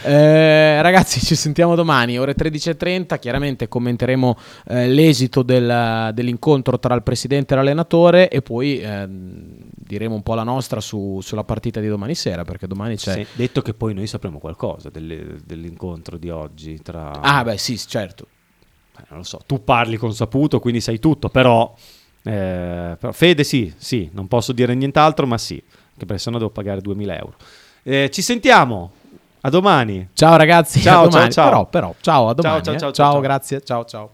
eh, ragazzi, ci sentiamo domani, ore tredici e trenta, chiaramente commenteremo eh, l'esito del, dell'incontro tra il presidente e l'allenatore e poi eh, diremo un po' la nostra su, sulla partita di domani sera, perché domani c'è... Sì, detto che poi noi sapremo qualcosa delle- dell'incontro di oggi tra... Ah beh sì, certo. Eh, non lo so, tu parli con saputo, quindi sai tutto, però, eh, però Fede sì, sì, non posso dire nient'altro, ma sì, che perché sennò devo pagare duemila euro. Eh, ci sentiamo, a domani. Ciao ragazzi, Ciao, a domani. ciao, ciao. Però, però, ciao, a domani. Ciao, ciao, eh. ciao, ciao, ciao. grazie, ciao, ciao.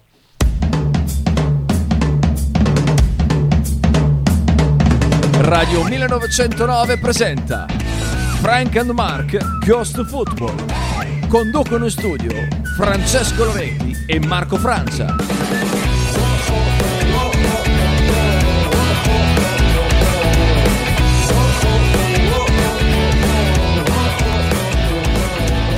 Radio millenovecentonove presenta Frank and Mark Ghost Football. Conducono in studio Francesco Loretti e Marco Francia.